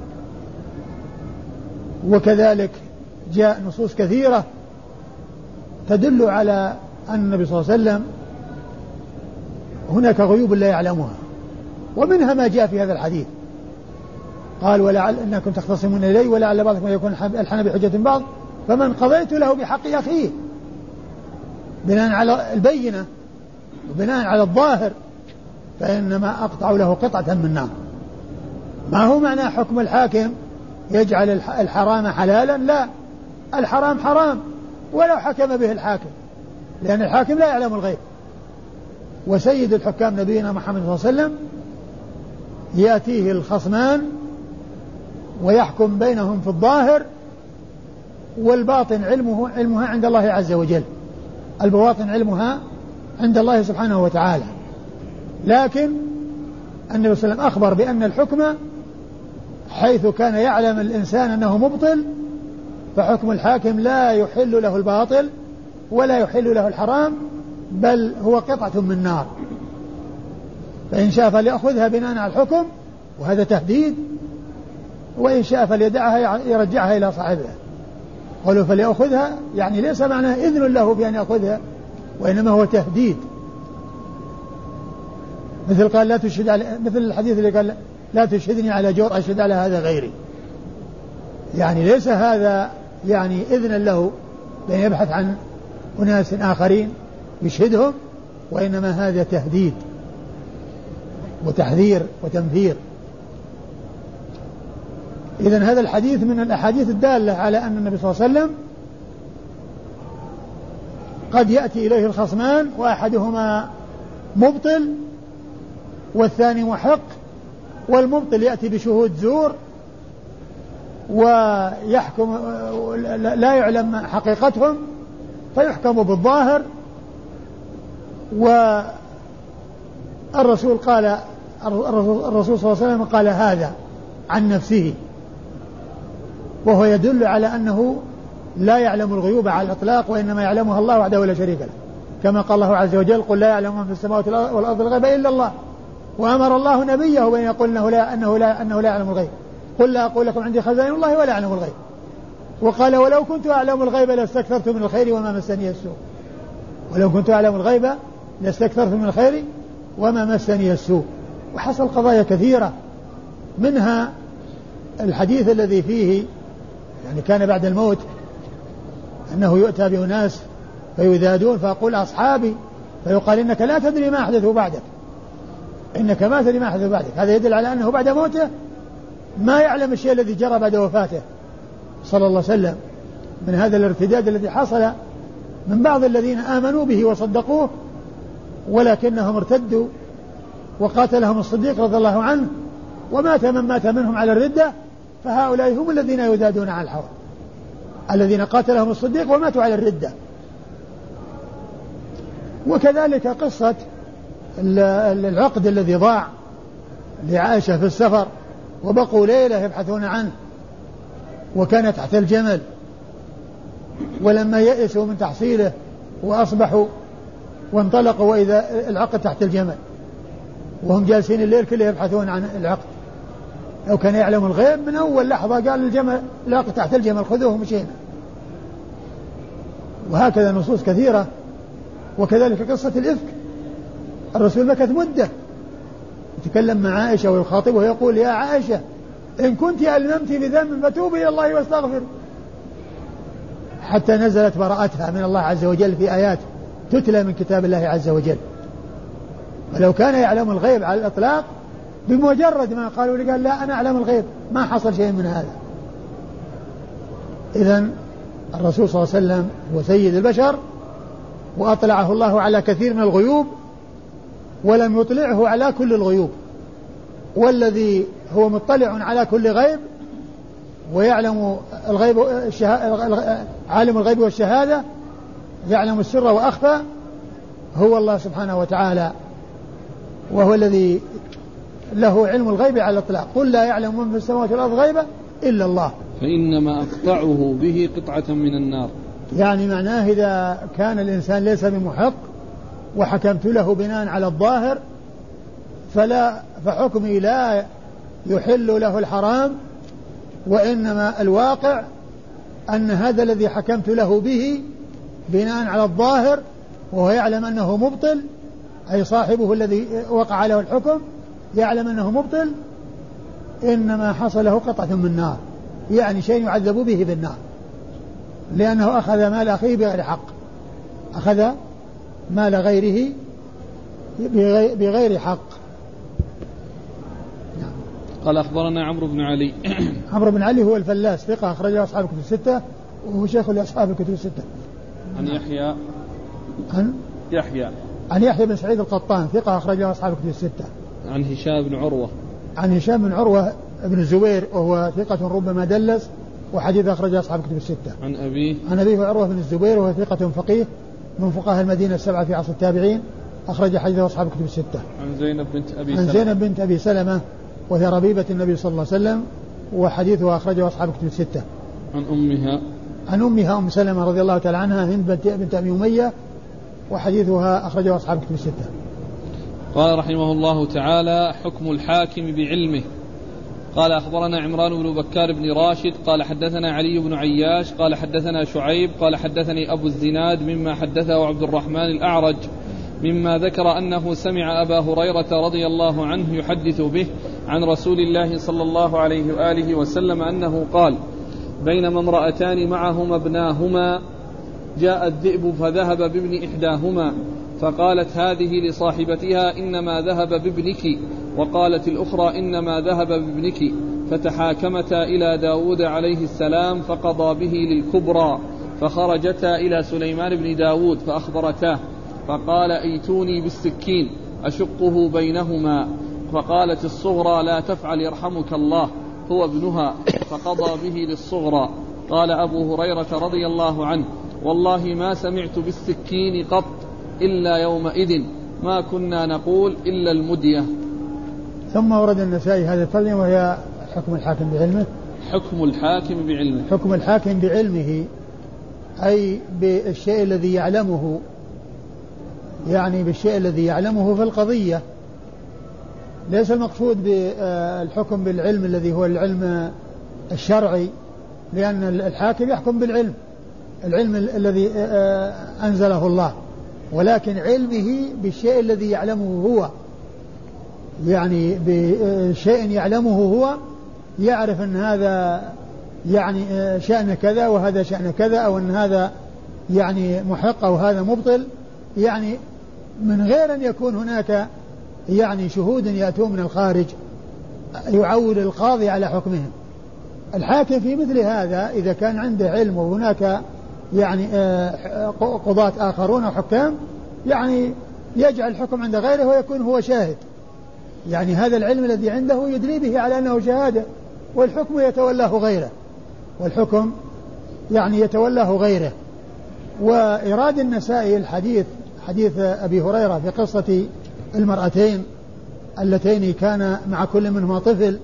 وكذلك جاء نصوص كثيرة تدل على أن النبي صلى الله عليه وسلم هناك غيوب لا يعلمها، ومنها ما جاء في هذا الحديث قال ولعل أنكم تختصمون إلي ولعل بعضكم يكون ألحن بحجة بعض فمن قضيت له بحق أخيه، بناء على البينة وبناء على الظاهر فإنما أقطع له قطعة من نار. ما هو معنى حكم الحاكم يجعل الحرام حلالا، لا، الحرام حرام ولو حكم به الحاكم، لأن الحاكم لا يعلم الغيب. وسيد الحكام نبينا محمد صلى الله عليه وسلم يأتيه الخصمان ويحكم بينهم في الظاهر، والباطن علمها عند الله عز وجل، البواطن علمها عند الله سبحانه وتعالى. لكن النبي صلى الله عليه وسلم أخبر بأن الحكم حيث كان يعلم الإنسان أنه مبطل، فحكم الحاكم لا يحل له الباطل ولا يحل له الحرام، بل هو قطعة من نار. فإن شاء فليأخذها بناء على الحكم، وهذا تهديد، وإن شاء فليدعها يرجعها إلى صاحبها. قالوا فليأخذها يعني ليس معناه إذن له بأن يأخذها، وإنما هو تهديد. مثل قال لا تشهد على، مثل الحديث اللي قال لا تشهدني على جور أشهد على هذا غيري، يعني ليس هذا يعني إذن له بأن يبحث عن أناس آخرين يشهدهم، وإنما هذا تهديد وتحذير وتنفير. إذن هذا الحديث من الأحاديث الدالة على أن النبي صلى الله عليه وسلم قد يأتي إليه الخصمان وأحدهما مبطل والثاني محق، والمبطل يأتي بشهود زور ويحكم لا يعلم حقيقتهم فيحكم بالظاهر. والرسول قال الرسول صلى الله عليه وسلم قال هذا عن نفسه، وهو يدل على أنه لا يعلم الغيوب على الإطلاق، وإنما يعلمها الله وحده لا شريك له، كما قال الله عز وجل قل لا يعلم من في السماوات والأرض الغيب إلا الله. وأمر الله نبيه بأن يقول أنه لا يعلم الغيب، قل لا أقول لكم عندي خزائن الله ولا أعلم الغيب. وقال ولو كنت أعلم الغيب لاستكثرت من الخير وما مسني السوء، ولو كنت أعلم الغيب لاستكثرت من الخير وما مسني السوء. وحصل قضايا كثيرة، منها الحديث الذي فيه يعني كان بعد الموت أنه يؤتى بأناس فيذادون فيقول أصحابي، فيقال إنك لا تدري ما أحدثوا بعدك، إنك ما تدري ما أحدثوا بعدك. هذا يدل على أنه بعد موته ما يعلم الشيء الذي جرى بعد وفاته صلى الله عليه وسلم، من هذا الارتداد الذي حصل من بعض الذين آمنوا به وصدقوه ولكنهم ارتدوا، وقاتلهم الصديق رضي الله عنه ومات من مات منهم على الردة، فهؤلاء هم الذين يذادون على الحوض، الذين قاتلهم الصديق وماتوا على الردة. وكذلك قصة العقد الذي ضاع لعائشة في السفر وبقوا ليلة يبحثون عنه، وكان تحت الجمل، ولما يئسوا من تحصيله وأصبحوا وانطلقوا وإذا العقد تحت الجمل، وهم جالسين الليل كله يبحثون عن العقد. لو كان يعلم الغيب من أول لحظة قال الجمل العقد تحت الجمل خذوه ومشينا. وهكذا نصوص كثيرة. وكذلك قصة الإفك، الرسول مكث مدة يتكلم مع عائشة ويخاطبه ويقول يا عائشة إن كنت ألممت بذنب فتوبي إلى الله واستغفر، حتى نزلت براءتها من الله عز وجل في آيات تتلى من كتاب الله عز وجل. ولو كان يعلم الغيب على الإطلاق بمجرد ما قالوا لي قال لا أنا أعلم الغيب ما حصل شيء من هذا. إذن الرسول صلى الله عليه وسلم هو سيد البشر، وأطلعه الله على كثير من الغيوب ولم يطلعه على كل الغيوب، والذي هو مطلع على كل غيب ويعلم الغيب عالم الغيب والشهادة يعلم السر وأخفى هو الله سبحانه وتعالى، وهو الذي له علم الغيب على الإطلاق. قل لا يعلم من في السماوات والأرض غيبا إلا الله. فإنما أقطعه به قطعة من النار. يعني معناه إذا كان الإنسان ليس بمحق وحكمت له بناء على الظاهر فحكمي لا يحل له الحرام، وإنما الواقع أن هذا الذي حكمت له به بناء على الظاهر وهو يعلم أنه مبطل، أي صاحبه الذي وقع له الحكم يعلم أنه مبطل، إنما حصل له قطعة من نار، يعني شيء يعذب به بالنار، لأنه أخذ مال أخيه بغير حق، أخذ مال غيره بغير حق. قال أخبرنا عمرو بن علي. عمرو بن علي هو الفلاس، ثقة أخرجه أصحاب الكتب الستة وهو شيخ لأصحاب الكتب الستة. عن يحيى عن يحيى بن سعيد القطان، ثقة أخرجه أصحاب الكتب الستة. عن هشام بن عروة. عن هشام بن عروة بن الزبير وهو ثقة ربما دلس، وحديث أخرجه أصحاب الكتب الستة. عن أبيه عروة بن الزبير وهو ثقة فقيه من فقهاء المدينة السبعة في عصر التابعين، أخرج حديثه أصحاب الكتب الستة. عن زينب بنت أبي سلمة وهي ربيبة النبي صلى الله عليه وسلم، وحديثها أخرجه أصحاب الكتب الستة. عن أمها أم سلمة رضي الله تعالى عنها، هند بنت أبي أمية، وحديثها أخرجه أصحاب الكتب الستة. قال رحمه الله تعالى: حكم الحاكم بعلمه. قال أخبرنا عمران بن بكار بن راشد قال حدثنا علي بن عياش قال حدثنا شعيب قال حدثني أبو الزناد مما حدثه عبد الرحمن الأعرج مما ذكر أنه سمع أبا هريرة رضي الله عنه يحدث به عن رسول الله صلى الله عليه وآله وسلم أنه قال: بينما امرأتان معهما ابناهما جاء الذئب فذهب بابن إحداهما فقالت هذه لصاحبتها إنما ذهب بابنك، وقالت الأخرى إنما ذهب بابنك، فتحاكمتا إلى داود عليه السلام فقضى به للكبرى، فخرجتا إلى سليمان بن داود فأخبرتاه فقال: ائتوني بالسكين أشقه بينهما، فقالت الصغرى: لا تفعل يرحمك الله، هو ابنها، فقضى به للصغرى. قال أبو هريرة رضي الله عنه: والله ما سمعت بالسكين قط إلا يومئذ، ما كنا نقول إلا المدية. ثم ورد النسائي هذا الترجمة وهي حكم الحاكم بعلمه. حكم الحاكم بعلمه أي بالشيء الذي يعلمه، يعني بالشيء الذي يعلمه في القضية، ليس المقصود بالحكم بالعلم الذي هو العلم الشرعي، لأن الحاكم يحكم بالعلم، العلم الذي أنزله الله، ولكن علمه بالشيء الذي يعلمه هو، يعني بشيء يعلمه هو، يعرف أن هذا يعني شأن كذا وهذا شأن كذا، أو أن هذا يعني محق أو هذا مبطل، يعني من غير أن يكون هناك يعني شهود يأتون من الخارج يعول القاضي على حكمهم. الحاكم في مثل هذا إذا كان عنده علم وهناك يعني قضاة آخرون أو حكام، يعني يجعل الحكم عند غيره ويكون هو شاهد، يعني هذا العلم الذي عنده يدري به على أنه شهادة، والحكم يتولاه غيره، والحكم يعني يتولاه غيره. وإراد النسائي الحديث حديث أبي هريرة في قصة المرأتين اللتين كان مع كل منهما طفل،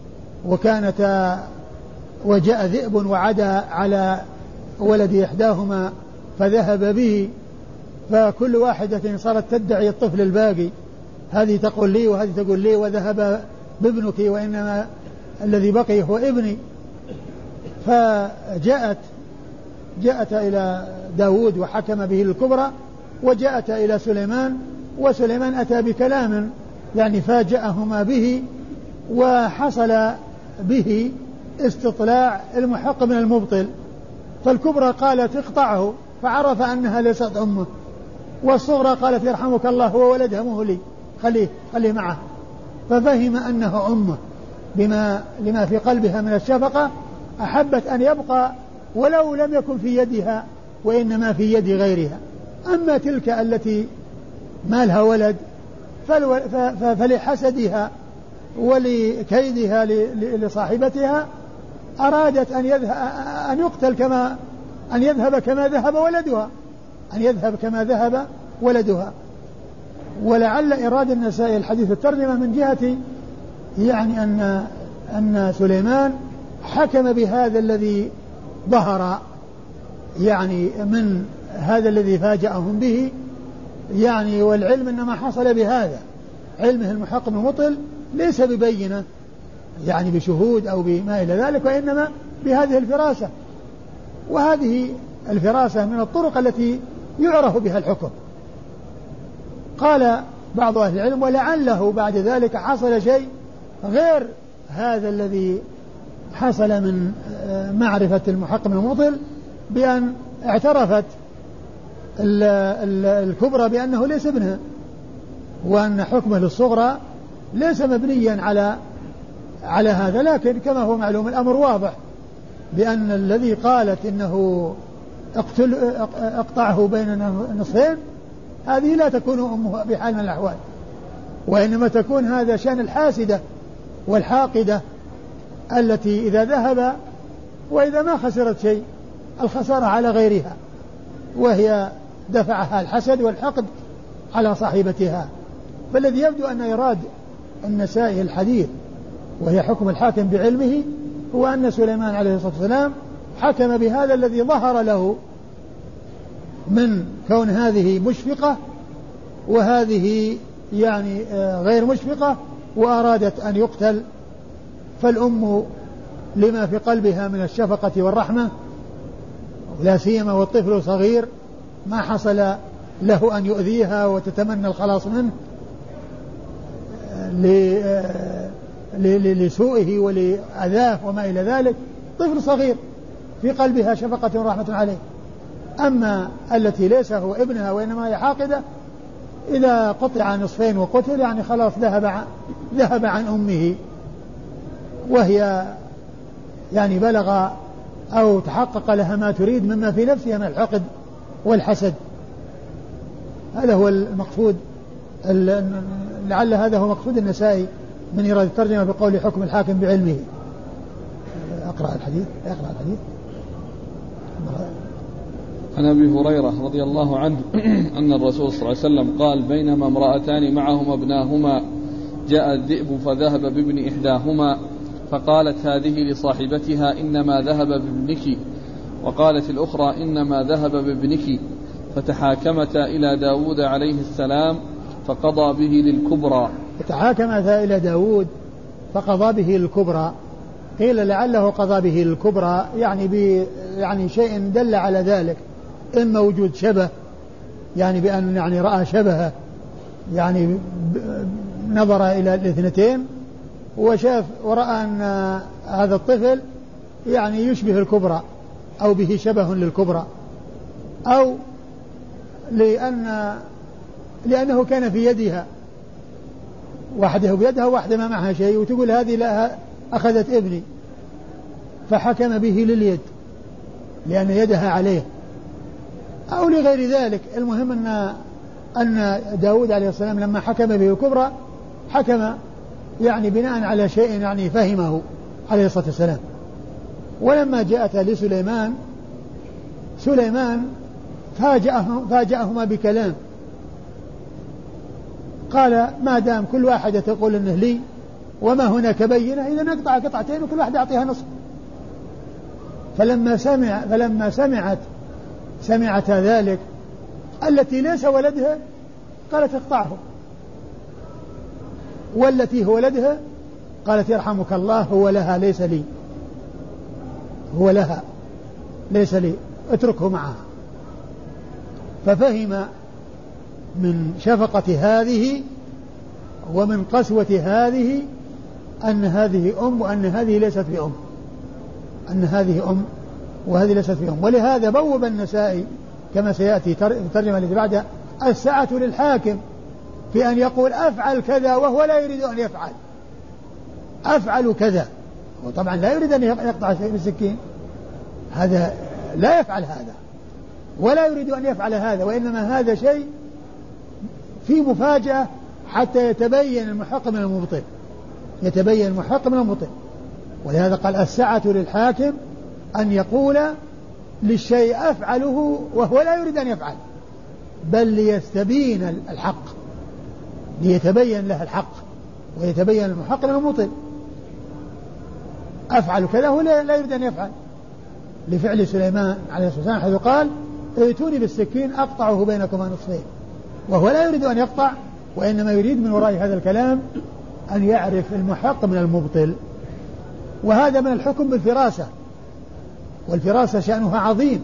وجاء ذئب وعدا على ولد إحداهما فذهب به، فكل واحدة صارت تدعي الطفل الباقي، هذه تقول لي وهذه تقول لي، وذهب بابنك وإنما الذي بقي هو ابني. فجاءت إلى داود وحكم به الكبرى، وجاءت إلى سليمان، وسليمان أتى بكلام يعني فاجأهما به، وحصل به استطلاع المحق من المبطل. فالكبرى قالت اقطعه، فعرف أنها ليست أمه، والصغرى قالت يرحمك الله هو ولدها مهلي، خليه معه، ففهم أنه أمه لما في قلبها من الشفقة، أحبت أن يبقى ولو لم يكن في يدها وإنما في يد غيرها. أما تلك التي ما لها ولد فلحسدها ولكيدها لصاحبتها أرادت أن يقتل أن يذهب كما ذهب ولدها. ولعل إراد النسائي الحديث الترجمة من جهة يعني أن سليمان حكم بهذا الذي ظهر يعني من هذا الذي فاجأهم به يعني، والعلم إنما حصل بهذا، علمه المحقق المبطل ليس ببينة يعني بشهود أو بما إلى ذلك، وإنما بهذه الفراسة، وهذه الفراسة من الطرق التي يعرف بها الحكم. قال بعض أهل العلم ولعله بعد ذلك حصل شيء غير هذا الذي حصل من معرفة المحقق المبطل، بأن اعترفت الكبرى بأنه ليس ابنها، وأن حكمه للصغرى ليس مبنيا على هذا. لكن كما هو معلوم الأمر واضح بأن الذي قالت إنه اقطعه بين نصفين هذه لا تكون أمه بحال من الأحوال، وإنما تكون هذا شأن الحاسدة والحاقدة التي إذا ذهب وإذا ما خسرت شيء الخسارة على غيرها، وهي دفعها الحسد والحقد على صاحبتها. فالذي يبدو أن يراد النسائي الحديث وهي حكم الحاكم بعلمه هو أن سليمان عليه الصلاة والسلام حكم بهذا الذي ظهر له من كون هذه مشفقة وهذه يعني غير مشفقة، وأرادت أن يقتل، فالأم لما في قلبها من الشفقة والرحمة، لا سيما والطفل صغير ما حصل له أن يؤذيها وتتمنى الخلاص منه لسوءه ولأذاه وما إلى ذلك، طفل صغير في قلبها شفقة ورحمة عليه. أما التي ليس هو ابنها وإنما هي حاقدة، إذا قطع نصفين وقتل يعني خلاص ذهب عن أمه، وهي يعني بلغ أو تحقق لها ما تريد مما في نفسها من الحقد والحسد. هذا هو المقصود، لعل هذا هو مقصود النسائي من إيراد الترجمة بقول حكم الحاكم بعلمه. اقرأ الحديث. عن أبي هريرة رضي الله عنه أن الرسول صلى الله عليه وسلم قال بينما امرأتان معهما ابناهما جاء الذئب فذهب بابن إحداهما فقالت هذه لصاحبتها إنما ذهب بابنك، وقالت الأخرى إنما ذهب بابنك، فتحاكمتا إلى داود عليه السلام فقضى به للكبرى. فتحاكمتا إلى داود فقضى به للكبرى، قيل لعله قضى به للكبرى يعني شيء دل على ذلك، إما وجود شبه يعني بأن يعني رأى شبهه يعني نظر إلى الاثنتين وشاف ورأى أن هذا الطفل يعني يشبه الكبرى أو به شبه للكبرى، أو لأنه كان في يدها، واحدة بيدها وواحدة ما معها شيء، وتقول هذه لا أخذت ابني، فحكم به لليد لأن يدها عليه، أو لغير ذلك. المهم أن داود عليه السلام لما حكم به الكبرى حكم يعني بناء على شيء يعني فهمه عليه الصلاة والسلام. ولما جاءت لسليمان فاجأهما بكلام، قال ما دام كل واحدة تقول إنه لي وما هناك بينة إذا نقطع قطعتين وكل واحدة أعطيها نصف. فلما سمعت ذلك التي ليس ولدها قالت اقطعه، والتي هو ولدها قالت يرحمك الله هو لها ليس لي، هو لها ليس لي اتركه معها. ففهم من شفقة هذه ومن قسوة هذه أن هذه أم وأن هذه ليست بأم، أن هذه أم وهذه ليست بأم. ولهذا بوب النسائي كما سيأتي الترجمة التي بعدها السعة للحاكم في أن يقول أفعل كذا وهو لا يريد أن يفعل، أفعل كذا، وطبعا لا يريد أن يقطع شيء بالسكين، هذا لا يفعل هذا ولا يريد أن يفعل هذا، وإنما هذا شيء في مفاجأة حتى يتبين المحق من المبطل، يتبين المحق من المبطل. ولهذا قال السعة للحاكم أن يقول للشيء أفعله وهو لا يريد أن يفعل، بل ليستبين الحق، ليتبين له الحق ويتبين المحق من المبطل. أفعل كذا، هو لا يريد أن يفعل، لفعل سليمان عليه الصلاة والسلام حيث قال ائتوني بالسكين أقطعه بينكما نصفين، وهو لا يريد أن يقطع، وإنما يريد من وراء هذا الكلام أن يعرف المحق من المبطل. وهذا من الحكم بالفراسة، والفراسة شأنها عظيم،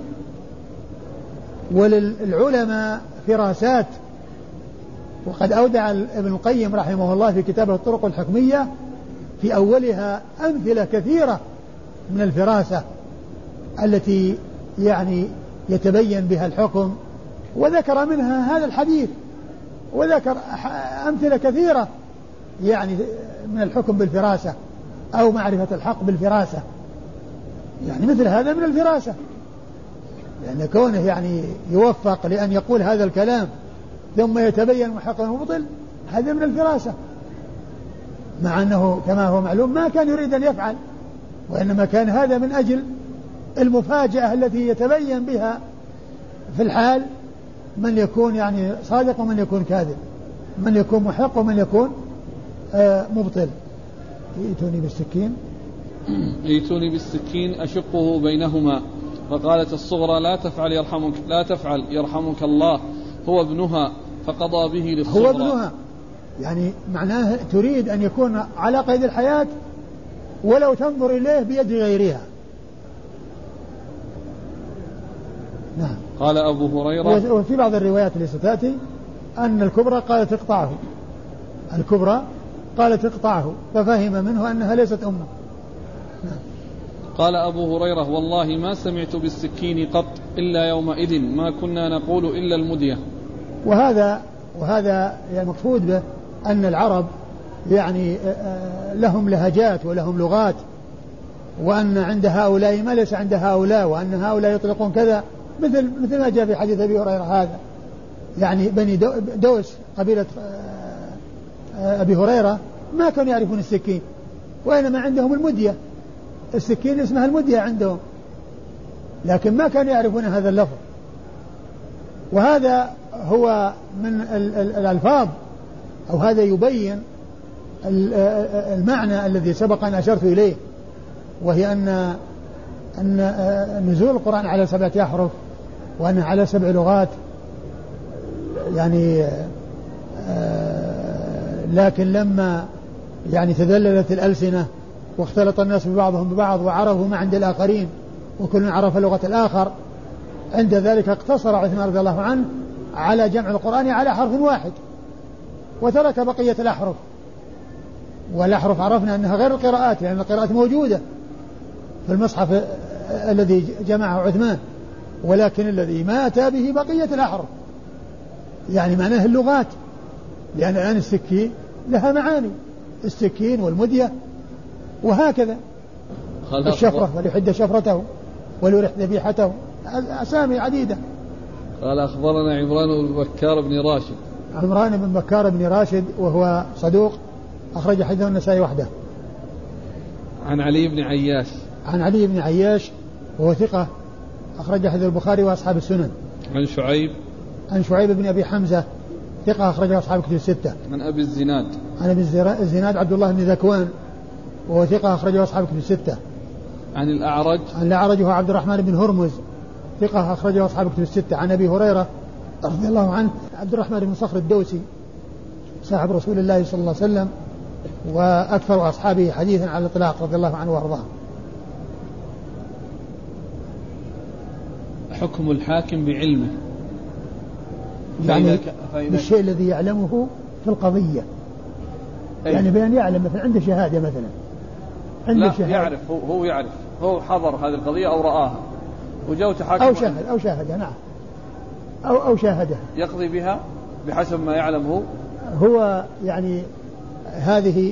وللعلماء فراسات. وقد أودع ابن القيم رحمه الله في كتابه الطرق الحكمية في أولها أمثلة كثيرة من الفراسة التي يعني يتبين بها الحكم، وذكر منها هذا الحديث، وذكر أمثلة كثيرة يعني من الحكم بالفراسة أو معرفة الحق بالفراسة. يعني مثل هذا من الفراسة، لأن كونه يعني يوفق لأن يقول هذا الكلام ثم يتبين محق المبطل، هذا من الفراسة، مع أنه كما هو معلوم ما كان يريد أن يفعل، وإنما كان هذا من أجل المفاجأة التي يتبين بها في الحال من يكون يعني صادق ومن يكون كاذب، من يكون محق ومن يكون مبطل. ائتوني بالسكين ائتوني بالسكين أشقه بينهما. فقالت الصغرى لا تفعل يرحمك الله، هو ابنها، فقضى به للصغرى. هو ابنها يعني معناه تريد أن يكون على قيد الحياة ولو تنظر إليه بيد غيرها. نعم. قال أبو هريرة، وفي بعض الروايات اللي ستأتي أن الكبرى قالت اقطعه، الكبرى قالت اقطعه، ففهم منه أنها ليست أمه. نعم. قال أبو هريرة والله ما سمعت بالسكين قط إلا يومئذ ما كنا نقول إلا المدية. وهذا يعني المقصود به أن العرب يعني لهم لهجات ولهم لغات، وأن عند هؤلاء ما ليس عند هؤلاء، وأن هؤلاء يطلقون كذا، مثل ما جاء في حديث أبي هريرة هذا. يعني بني دوس قبيلة أبي هريرة ما كانوا يعرفون السكين، وإنما عندهم المدية، السكين اسمها المدية عندهم، لكن ما كانوا يعرفون هذا اللفظ. وهذا هو من الألفاظ، أو هذا يبين المعنى الذي سبق أن أشرت إليه، وهي أن نزول القرآن على 7 أحرف، وأنه على 7 لغات يعني. لكن لما يعني تذللت الألسنة واختلط الناس ببعضهم ببعض وعرفوا ما عند الآخرين وكل عرف لغة الآخر، عند ذلك اقتصر عثمان رضي الله عنه على جمع القرآن على حرف واحد وترك بقية الأحرف. والأحرف عرفنا أنها غير القراءات، لأن القراءات موجودة في المصحف الذي جمعه عثمان، ولكن الذي ما أتى به بقية الأحرف، يعني معناه اللغات، لأن الآن السكين لها معاني، السكين والمدية وهكذا، الشفرة وليحد شفرته وليرح ذبيحته، أسامي عديدة. قال أخبرنا عمران بن بكار بن راشد. عمران بن بكار بن راشد وهو صدوق، أخرج حديثه النسائي وحده. عن علي بن عياش. عن علي بن عياش وهو ثقة، أخرج حديث البخاري وأصحاب السنن. عن شعيب بن أبي حمزة ثقة، أخرج أصحاب الكتب 6. عن أبي الزناد. عن أبي الزناد عبد الله بن ذكوان وهو ثقة، أخرج أصحاب الكتب 6. عن الأعرج. عن الأعرج هو عبد الرحمن بن هرمز ثقة، أخرجه أصحاب الكتب 6. عن أبي هريرة رضي الله عنه عبد الرحمن بن صخر الدوسي صاحب رسول الله صلى الله عليه وسلم وأكثر أصحابه حديثا على الإطلاق رضي الله عنه وأرضاه. حكم الحاكم بعلمه، يعني بالشيء الذي يعلمه في القضية، يعني بأن يعلم مثلا عنده شهادة مثلا، عنده شهادة يعرف، هو يعرف، هو حضر هذه القضية أو رآها وجاء تحاكم أو شاهد نعم أو شاهدها يقضي بها بحسب ما يعلم هو يعني هذه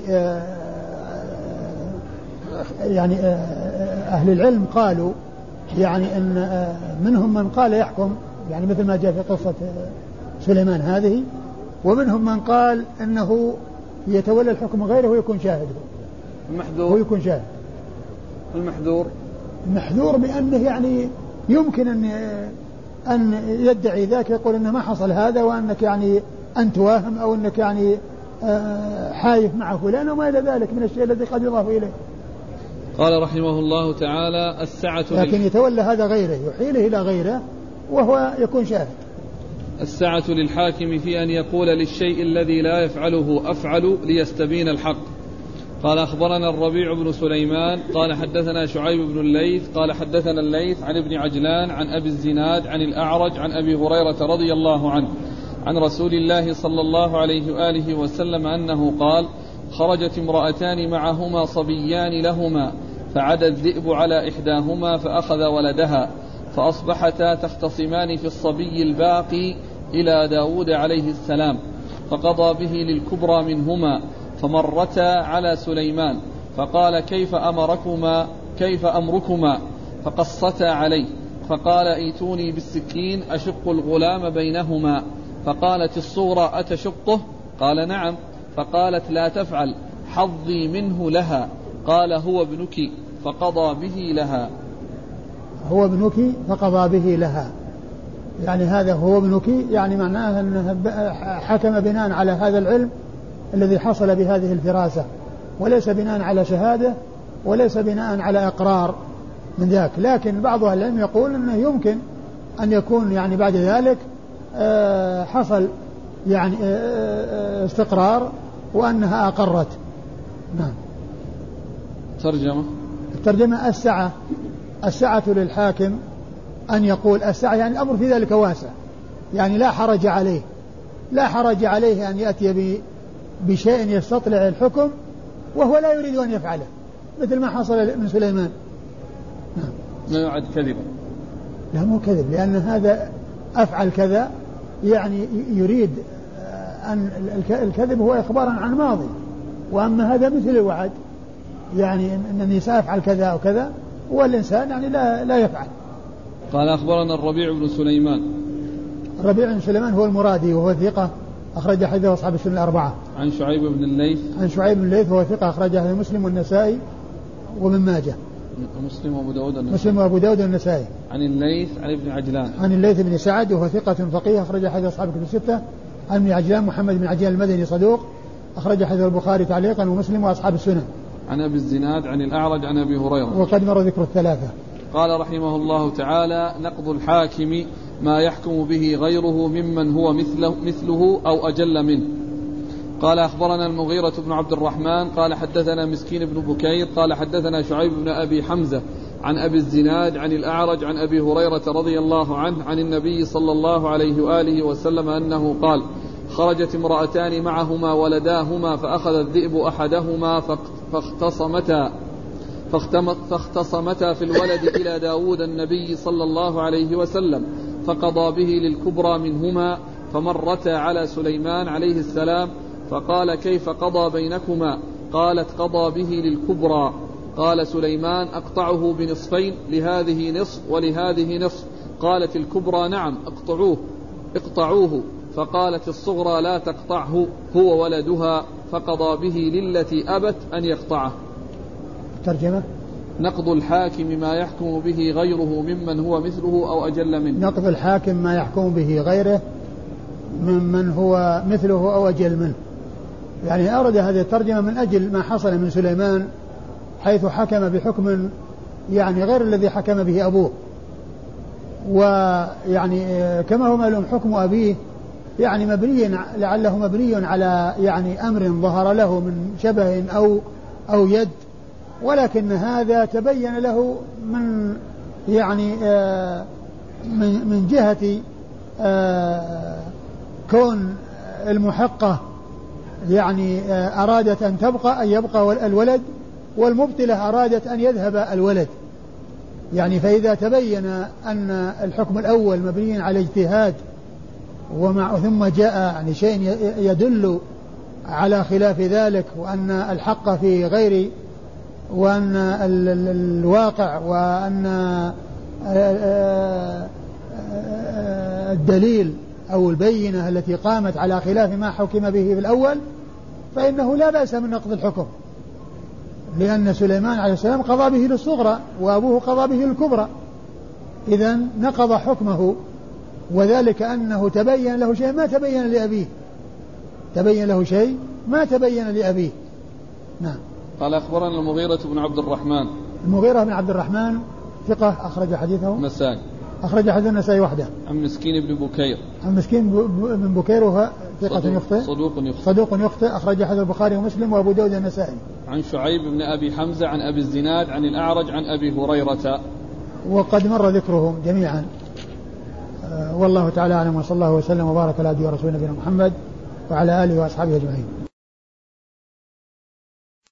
يعني أهل العلم قالوا يعني أن منهم من قال يحكم يعني مثل ما جاء في قصة سليمان هذه، ومنهم من قال أنه يتولى الحكم غيره ويكون شاهد. المحذور هو يكون شاهد. المحذور بأنه يعني يمكن أن يدعي ذاك، يقول أنه ما حصل هذا، وأنك يعني أنت واهم، أو أنك يعني حايف مع فلان وما إلى ذلك من الشيء الذي قد يضاف إليه. قال رحمه الله تعالى السعة لكن يتولى هذا غيره، يحيله إلى غيره وهو يكون شاهد. السعة للحاكم في أن يقول للشيء الذي لا يفعله أفعل ليستبين الحق. قال أخبرنا الربيع بن سليمان قال حدثنا شعيب بن الليث قال حدثنا الليث عن ابن عجلان عن أبي الزناد عن الأعرج عن أبي هريرة رضي الله عنه عن رسول الله صلى الله عليه وآله وسلم أنه قال خرجت امرأتان معهما صبيان لهما فعدا الذئب على إحداهما فأخذ ولدها فأصبحتا تختصمان في الصبي الباقي إلى داود عليه السلام فقضى به للكبرى منهما فمرتا على سليمان فقال كيف أمركما فقصتا عليه فقال ائتوني بالسكين أشق الغلام بينهما فقالت الصغرى أتشقه قال نعم فقالت لا تفعل حظي منه لها قال هو ابنك فقضى به لها. هو ابنك فقضى به لها، يعني هذا هو ابنك يعني معناه أنه حكم بناء على هذا العلم الذي حصل بهذه الفراسة، وليس بناء على شهادة وليس بناء على إقرار من ذاك. لكن بعض أهل العلم يقول أنه يمكن أن يكون يعني بعد ذلك حصل يعني استقرار وأنها أقرت. نعم. الترجمة السعة للحاكم أن يقول السعة يعني الأمر في ذلك واسع، يعني لا حرج عليه أن يأتي بشيء يستطلع الحكم وهو لا يريد أن يفعله مثل ما حصل من سليمان. نعم. ما يعد كذبا؟ لا مو كذب، لأن هذا أفعل كذا يعني يريد أن الكذب هو إخبارا عن ماضي، وأما هذا مثل الوعد يعني أنني سأفعل كذا أو كذا والإنسان يعني لا يفعل. قال أخبرنا الربيع بن سليمان. الربيع بن سليمان هو المرادي وهو ثقة أخرج حديثه أصحاب السنن الأربعة. عن شعيب بن الليث. عن شعيب بن الليث وهو ثقة أخرج حديث مسلم والنسائي وابن ماجه. مسلم وأبو داود والنسائي. عن الليث عن ابن عجلان. عن الليث بن سعد وهو ثقة فقيه أخرج حديث أصحاب الكتب الستة. عن ابن عجلان محمد بن عجلان المدني صدوق أخرج حديث البخاري تعليقا ومسلم وأصحاب السنن. عن أبي الزناد عن الأعرج عن أبي هريرة. وقد مر ذكر الثلاثة. قال رحمه الله تعالى نقض الحاكم ما يحكم به غيره ممن هو مثله أو أجل منه. قال أخبرنا المغيرة بن عبد الرحمن قال حدثنا مسكين بن بكير قال حدثنا شعيب بن أبي حمزة عن أبي الزناد عن الأعرج عن أبي هريرة رضي الله عنه عن النبي صلى الله عليه وآله وسلم أنه قال خرجت امرأتان معهما ولداهما فأخذ الذئب أحدهما فاختصمتا في الولد إلى داود النبي صلى الله عليه وسلم فقضى به للكبرى منهما فمرتا على سليمان عليه السلام فقال كيف قضى بينكما قالت قضى به للكبرى قال سليمان أقطعه بنصفين لهذه نصف ولهذه نصف قالت الكبرى نعم اقطعوه فقالت الصغرى لا تقطعه هو ولدها فقضى به للتي أبت أن يقطعه. ترجمة نقض الحاكم ما يحكم به غيره ممن هو مثله أو أجل منه. نقض الحاكم ما يحكم به غيره ممن هو مثله أو أجل منه، يعني أرد هذه الترجمة من أجل ما حصل من سليمان حيث حكم بحكم يعني غير الذي حكم به أبوه، ويعني كما هو معلوم حكم أبيه يعني لعله مبني على يعني أمر ظهر له من شبه أو يد، ولكن هذا تبين له من يعني من جهة كون المحقة يعني أرادت أن يبقى الولد، والمبطلة أرادت أن يذهب الولد، يعني فإذا تبين أن الحكم الأول مبني على اجتهاد ثم جاء يعني شيء يدل على خلاف ذلك وأن الحق في غير وأن الواقع وأن الدليل أو البينة التي قامت على خلاف ما حكم به في الأول، فإنه لا بأس من نقض الحكم، لأن سليمان عليه السلام قضى به للصغرى وأبوه قضى به للكبرى، إذن نقض حكمه، وذلك أنه تبين له شيء ما تبين لأبيه. نعم. قال أخبرنا المغيرة بن عبد الرحمن المغيرة بن عبد الرحمن ثقة أخرج حديثه النسائي. أخرج حديث النسائي وحده. عن مسكين بن بكير. عن مسكين بن بكير وهو ثقة يخطئ. صدوق يخطئ أخرج حديث البخاري ومسلم وأبو داود النسائي. عن شعيب بن أبي حمزة عن أبي الزناد عن الأعرج عن أبي هريرة. وقد مر ذكرهم جميعا. والله تعالى أعلم، وصلى الله وسلم وبارك على عبده ورسوله نبينا محمد وعلى آله وأصحابه أجمعين.